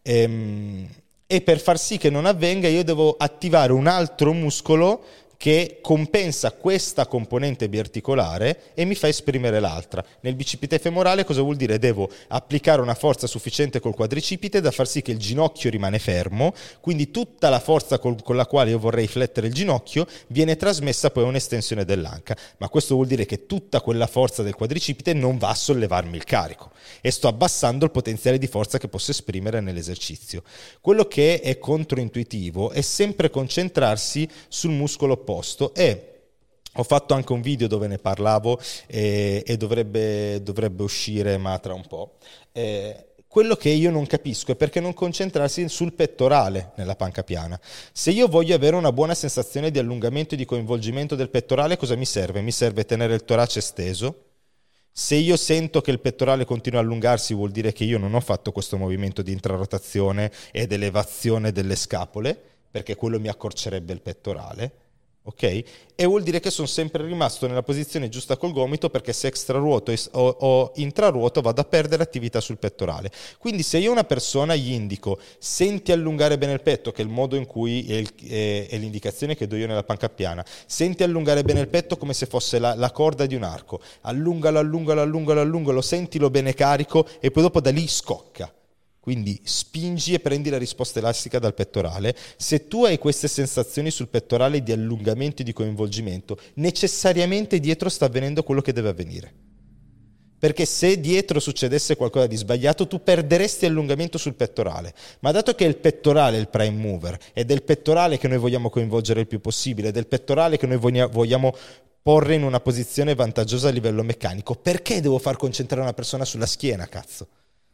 E per far sì che non avvenga io devo attivare un altro muscolo che compensa questa componente biarticolare e mi fa esprimere l'altra. Nel bicipite femorale cosa vuol dire? Devo applicare una forza sufficiente col quadricipite da far sì che il ginocchio rimane fermo, quindi tutta la forza con la quale io vorrei flettere il ginocchio viene trasmessa poi a un'estensione dell'anca, ma questo vuol dire che tutta quella forza del quadricipite non va a sollevarmi il carico e sto abbassando il potenziale di forza che posso esprimere nell'esercizio. Quello che è controintuitivo è sempre concentrarsi sul muscolo opposto, e ho fatto anche un video dove ne parlavo e dovrebbe uscire ma tra un po'. Quello che io non capisco è perché non concentrarsi sul pettorale nella panca piana. Se io voglio avere una buona sensazione di allungamento e di coinvolgimento del pettorale, cosa mi serve? Mi serve tenere il torace steso. Se io sento che il pettorale continua a allungarsi, vuol dire che io non ho fatto questo movimento di intrarotazione ed elevazione delle scapole, perché quello mi accorcerebbe il pettorale. Ok? E vuol dire che sono sempre rimasto nella posizione giusta col gomito, perché se extraruoto o intraruoto vado a perdere attività sul pettorale. Quindi se io a una persona gli indico senti allungare bene il petto, che è il modo in cui è l'indicazione che do io nella panca piana, senti allungare bene il petto come se fosse la corda di un arco, allungalo, sentilo bene carico e poi dopo da lì scocca. Quindi spingi e prendi la risposta elastica dal pettorale. Se tu hai queste sensazioni sul pettorale di allungamento e di coinvolgimento, necessariamente dietro sta avvenendo quello che deve avvenire. Perché se dietro succedesse qualcosa di sbagliato, tu perderesti allungamento sul pettorale. Ma dato che il pettorale è il prime mover, è del pettorale che noi vogliamo coinvolgere il più possibile, è del pettorale che noi vogliamo porre in una posizione vantaggiosa a livello meccanico, perché devo far concentrare una persona sulla schiena, cazzo?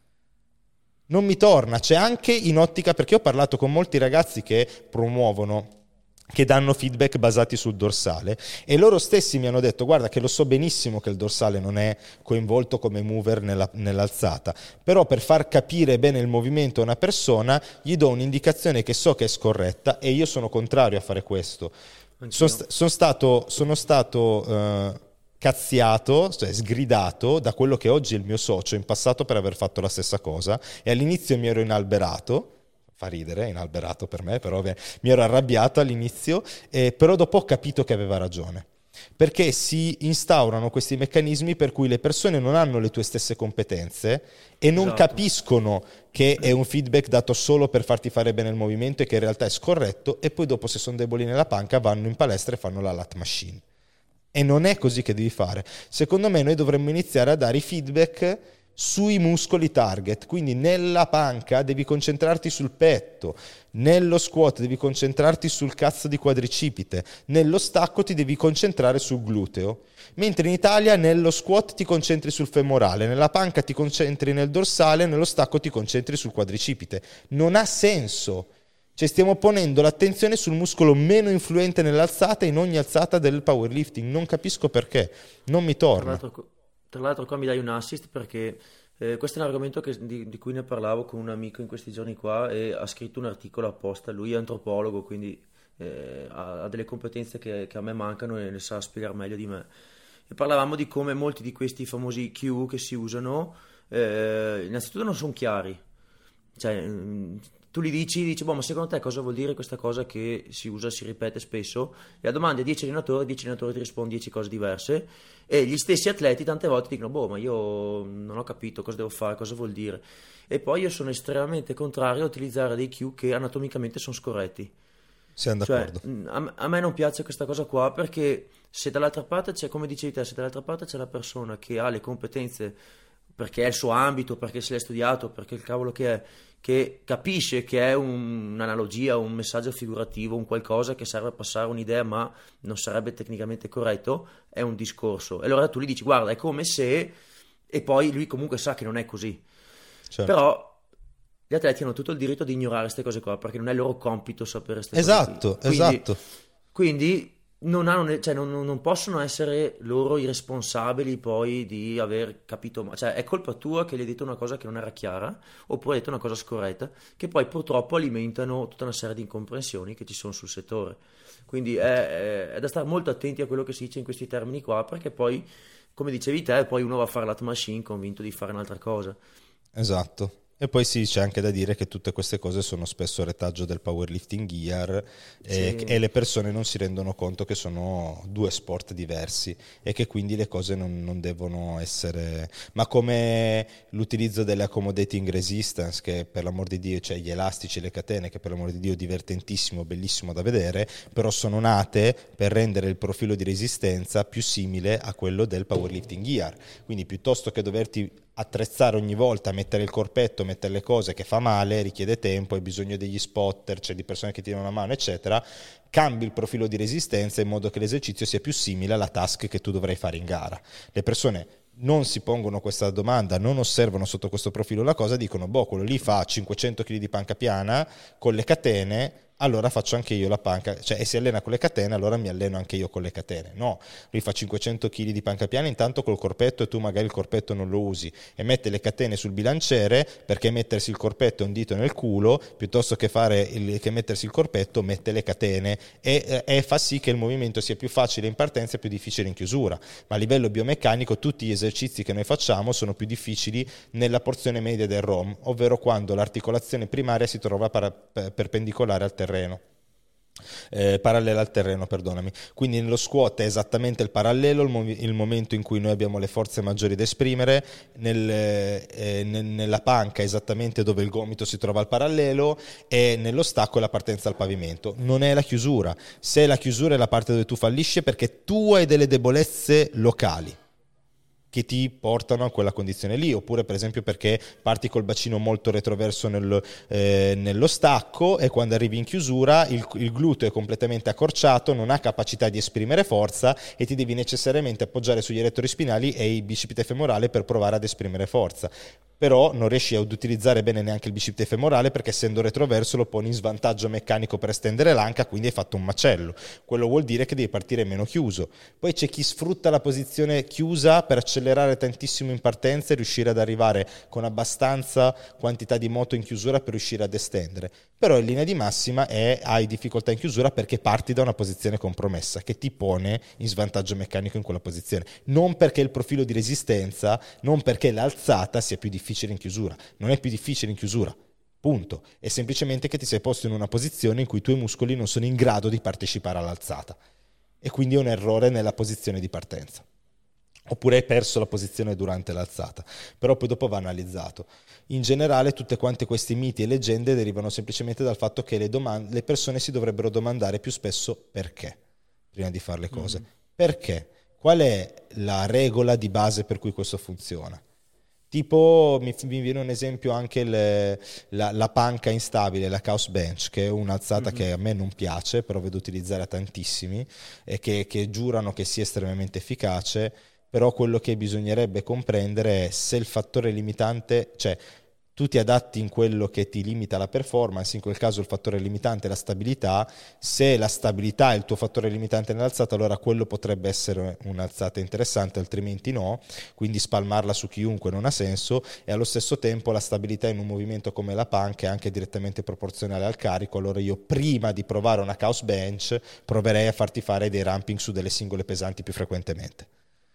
Non mi torna. C'è anche in ottica, perché ho parlato con molti ragazzi che promuovono, che danno feedback basati sul dorsale, e loro stessi mi hanno detto: guarda che lo so benissimo che il dorsale non è coinvolto come mover nell'alzata, però per far capire bene il movimento a una persona gli do un'indicazione che so che è scorretta, e io sono contrario a fare questo. Sono stato cazziato, cioè sgridato da quello che oggi è il mio socio in passato per aver fatto la stessa cosa, e all'inizio mi ero inalberato, fa ridere, inalberato per me, però mi ero arrabbiato all'inizio, però dopo ho capito che aveva ragione, perché si instaurano questi meccanismi per cui le persone non hanno le tue stesse competenze e non capiscono che è un feedback dato solo per farti fare bene il movimento e che in realtà è scorretto, e poi dopo, se sono deboli nella panca, vanno in palestra e fanno la lat machine. E non è così che devi fare. Secondo me noi dovremmo iniziare a dare i feedback sui muscoli target, quindi nella panca devi concentrarti sul petto, nello squat devi concentrarti sul cazzo di quadricipite, nello stacco ti devi concentrare sul gluteo, mentre in Italia nello squat ti concentri sul femorale, nella panca ti concentri nel dorsale, nello stacco ti concentri sul quadricipite. Non ha senso. Cioè stiamo ponendo l'attenzione sul muscolo meno influente nell'alzata in ogni alzata del powerlifting. Non capisco perché, non mi torna.
Tra l'altro qua mi dai un assist, perché questo è un argomento di cui ne parlavo con un amico in questi giorni qua, e ha scritto un articolo apposta. Lui è antropologo, quindi ha delle competenze che a me mancano e ne sa spiegare meglio di me. E parlavamo di come molti di questi famosi Q che si usano innanzitutto non sono chiari. Cioè, tu gli dici, boh, ma secondo te cosa vuol dire questa cosa che si usa, si ripete spesso? E la domanda è 10 allenatori, 10 allenatori ti rispondono 10 cose diverse, e gli stessi atleti tante volte dicono, boh, ma io non ho capito cosa devo fare, cosa vuol dire. E poi io sono estremamente contrario a utilizzare dei cue che anatomicamente sono scorretti.
Siamo
Cioè,
d'accordo.
a me non piace questa cosa qua perché se dall'altra parte c'è, come dicevi te, se dall'altra parte c'è la persona che ha le competenze, perché è il suo ambito, perché se l'è studiato, perché il cavolo che è, che capisce che è un'analogia, un messaggio figurativo, un qualcosa che serve a passare un'idea ma non sarebbe tecnicamente corretto, è un discorso. E allora tu gli dici, guarda, è come se... E poi lui comunque sa che non è così.
Certo.
Però gli atleti hanno tutto il diritto di ignorare queste cose qua perché non è il loro compito sapere queste cose
Esatto,
qui. Quindi,
esatto.
quindi non hanno, cioè non possono essere loro i responsabili poi di aver capito, cioè è colpa tua che gli hai detto una cosa che non era chiara oppure hai detto una cosa scorretta che poi purtroppo alimentano tutta una serie di incomprensioni che ci sono sul settore. Quindi è da stare molto attenti a quello che si dice in questi termini qua perché poi, come dicevi te, poi uno va a fare l'at machine convinto di fare un'altra cosa.
Esatto. E poi sì, c'è anche da dire che tutte queste cose sono spesso retaggio del powerlifting gear
Sì.
e le persone non si rendono conto che sono due sport diversi e che quindi le cose non devono essere... Ma come l'utilizzo delle accommodating resistance, che per l'amor di Dio, cioè gli elastici e le catene, che per l'amor di Dio è divertentissimo, bellissimo da vedere, però sono nate per rendere il profilo di resistenza più simile a quello del powerlifting gear. Quindi piuttosto che doverti attrezzare ogni volta, mettere il corpetto, mettere le cose che fa male, richiede tempo, hai bisogno degli spotter, cioè di persone che ti danno una mano, eccetera, cambi il profilo di resistenza in modo che l'esercizio sia più simile alla task che tu dovrai fare in gara. Le persone non si pongono questa domanda, non osservano sotto questo profilo la cosa, dicono, boh, quello lì fa 500 kg di panca piana con le catene, allora faccio anche io la panca, cioè e si allena con le catene, allora mi alleno anche io con le catene. No, lui fa 500 kg di panca piana intanto col corpetto e tu magari il corpetto non lo usi e mette le catene sul bilanciere perché mettersi il corpetto è un dito nel culo, piuttosto che che mettersi il corpetto mette le catene e fa sì che il movimento sia più facile in partenza e più difficile in chiusura. Ma a livello biomeccanico tutti gli esercizi che noi facciamo sono più difficili nella porzione media del ROM, ovvero quando l'articolazione primaria si trova perpendicolare al terreno. Parallelo al terreno, perdonami. Quindi nello squat è esattamente il parallelo, il momento in cui noi abbiamo le forze maggiori da esprimere, nella panca esattamente dove il gomito si trova al parallelo e nello stacco è la partenza al pavimento. Non è la chiusura. Se la chiusura è la parte dove tu fallisci è perché tu hai delle debolezze locali che ti portano a quella condizione lì, oppure per esempio perché parti col bacino molto retroverso nello stacco e quando arrivi in chiusura il gluteo è completamente accorciato, non ha capacità di esprimere forza e ti devi necessariamente appoggiare sugli rettori spinali e il bicipite femorale per provare ad esprimere forza. Però non riesci ad utilizzare bene neanche il bicipite femorale perché essendo retroverso lo poni in svantaggio meccanico per estendere l'anca, quindi hai fatto un macello. Quello vuol dire che devi partire meno chiuso. Poi c'è chi sfrutta la posizione chiusa per accelerare tantissimo in partenza e riuscire ad arrivare con abbastanza quantità di moto in chiusura per riuscire ad estendere. Però in linea di massima hai difficoltà in chiusura perché parti da una posizione compromessa che ti pone in svantaggio meccanico in quella posizione. Non perché il profilo di resistenza, non perché l'alzata sia più difficile in chiusura. Non è più difficile in chiusura. Punto. È semplicemente che ti sei posto in una posizione in cui i tuoi muscoli non sono in grado di partecipare all'alzata. E quindi è un errore nella posizione di partenza. Oppure hai perso la posizione durante l'alzata, però poi dopo va analizzato. In generale tutte quante questi miti e leggende derivano semplicemente dal fatto che le persone si dovrebbero domandare più spesso perché, prima di fare le cose. Perché? Qual è la regola di base per cui questo funziona? Tipo, mi viene un esempio anche la panca instabile, la chaos bench, che è un'alzata che a me non piace, però vedo utilizzare a tantissimi e che giurano che sia estremamente efficace. Però quello che bisognerebbe comprendere è se il fattore limitante, cioè tu ti adatti in quello che ti limita la performance, in quel caso il fattore limitante è la stabilità, se la stabilità è il tuo fattore limitante nell'alzata, allora quello potrebbe essere un'alzata interessante, altrimenti no, quindi spalmarla su chiunque non ha senso e allo stesso tempo la stabilità in un movimento come la panca è anche direttamente proporzionale al carico, allora io prima di provare una chaos bench proverei a farti fare dei ramping su delle singole pesanti più frequentemente.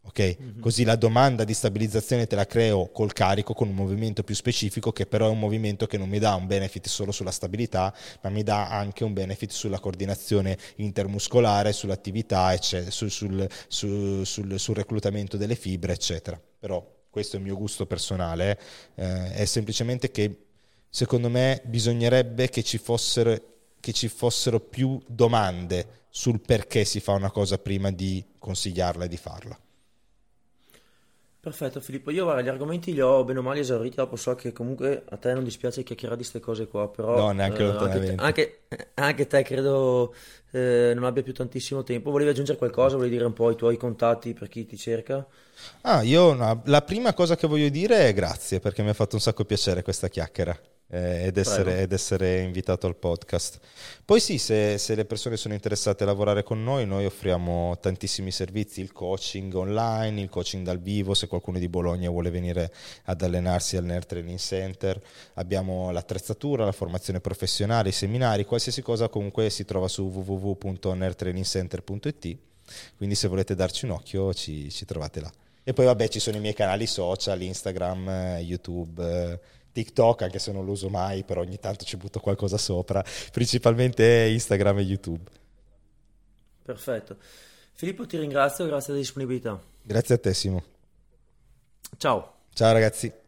ok? Così la domanda di stabilizzazione te la creo col carico, con un movimento più specifico, che però è un movimento che non mi dà un benefit solo sulla stabilità, ma mi dà anche un benefit sulla coordinazione intermuscolare, sull'attività, eccetera, sul reclutamento delle fibre, eccetera. Però questo è il mio gusto personale, è semplicemente che secondo me bisognerebbe che ci fossero più domande sul perché si fa una cosa prima di consigliarla e di farla.
Perfetto Filippo, io guarda, gli argomenti li ho bene o male esauriti, dopo so che comunque a te non dispiace chiacchierare di queste cose qua,
No,
però
neanche lontanamente.
anche te credo non abbia più tantissimo tempo. Volevi aggiungere qualcosa? Volevi dire un po' i tuoi contatti per chi ti cerca?
Io la prima cosa che voglio dire è grazie, perché mi ha fatto un sacco piacere questa chiacchiera,
Prego.
ed essere invitato al podcast. Poi sì, se le persone sono interessate a lavorare con noi offriamo tantissimi servizi, il coaching online, il coaching dal vivo, se qualcuno di Bologna vuole venire ad allenarsi al Nerd Training Center, abbiamo l'attrezzatura, la formazione professionale, i seminari, qualsiasi cosa comunque si trova su www.nerdtrainingcenter.it, quindi se volete darci un occhio ci trovate là. E poi vabbè ci sono i miei canali social, Instagram, YouTube, TikTok, anche se non lo uso mai, però ogni tanto ci butto qualcosa sopra, principalmente Instagram e YouTube.
Perfetto. Filippo, ti ringrazio, grazie della disponibilità.
Grazie a te Simo.
Ciao.
Ciao ragazzi.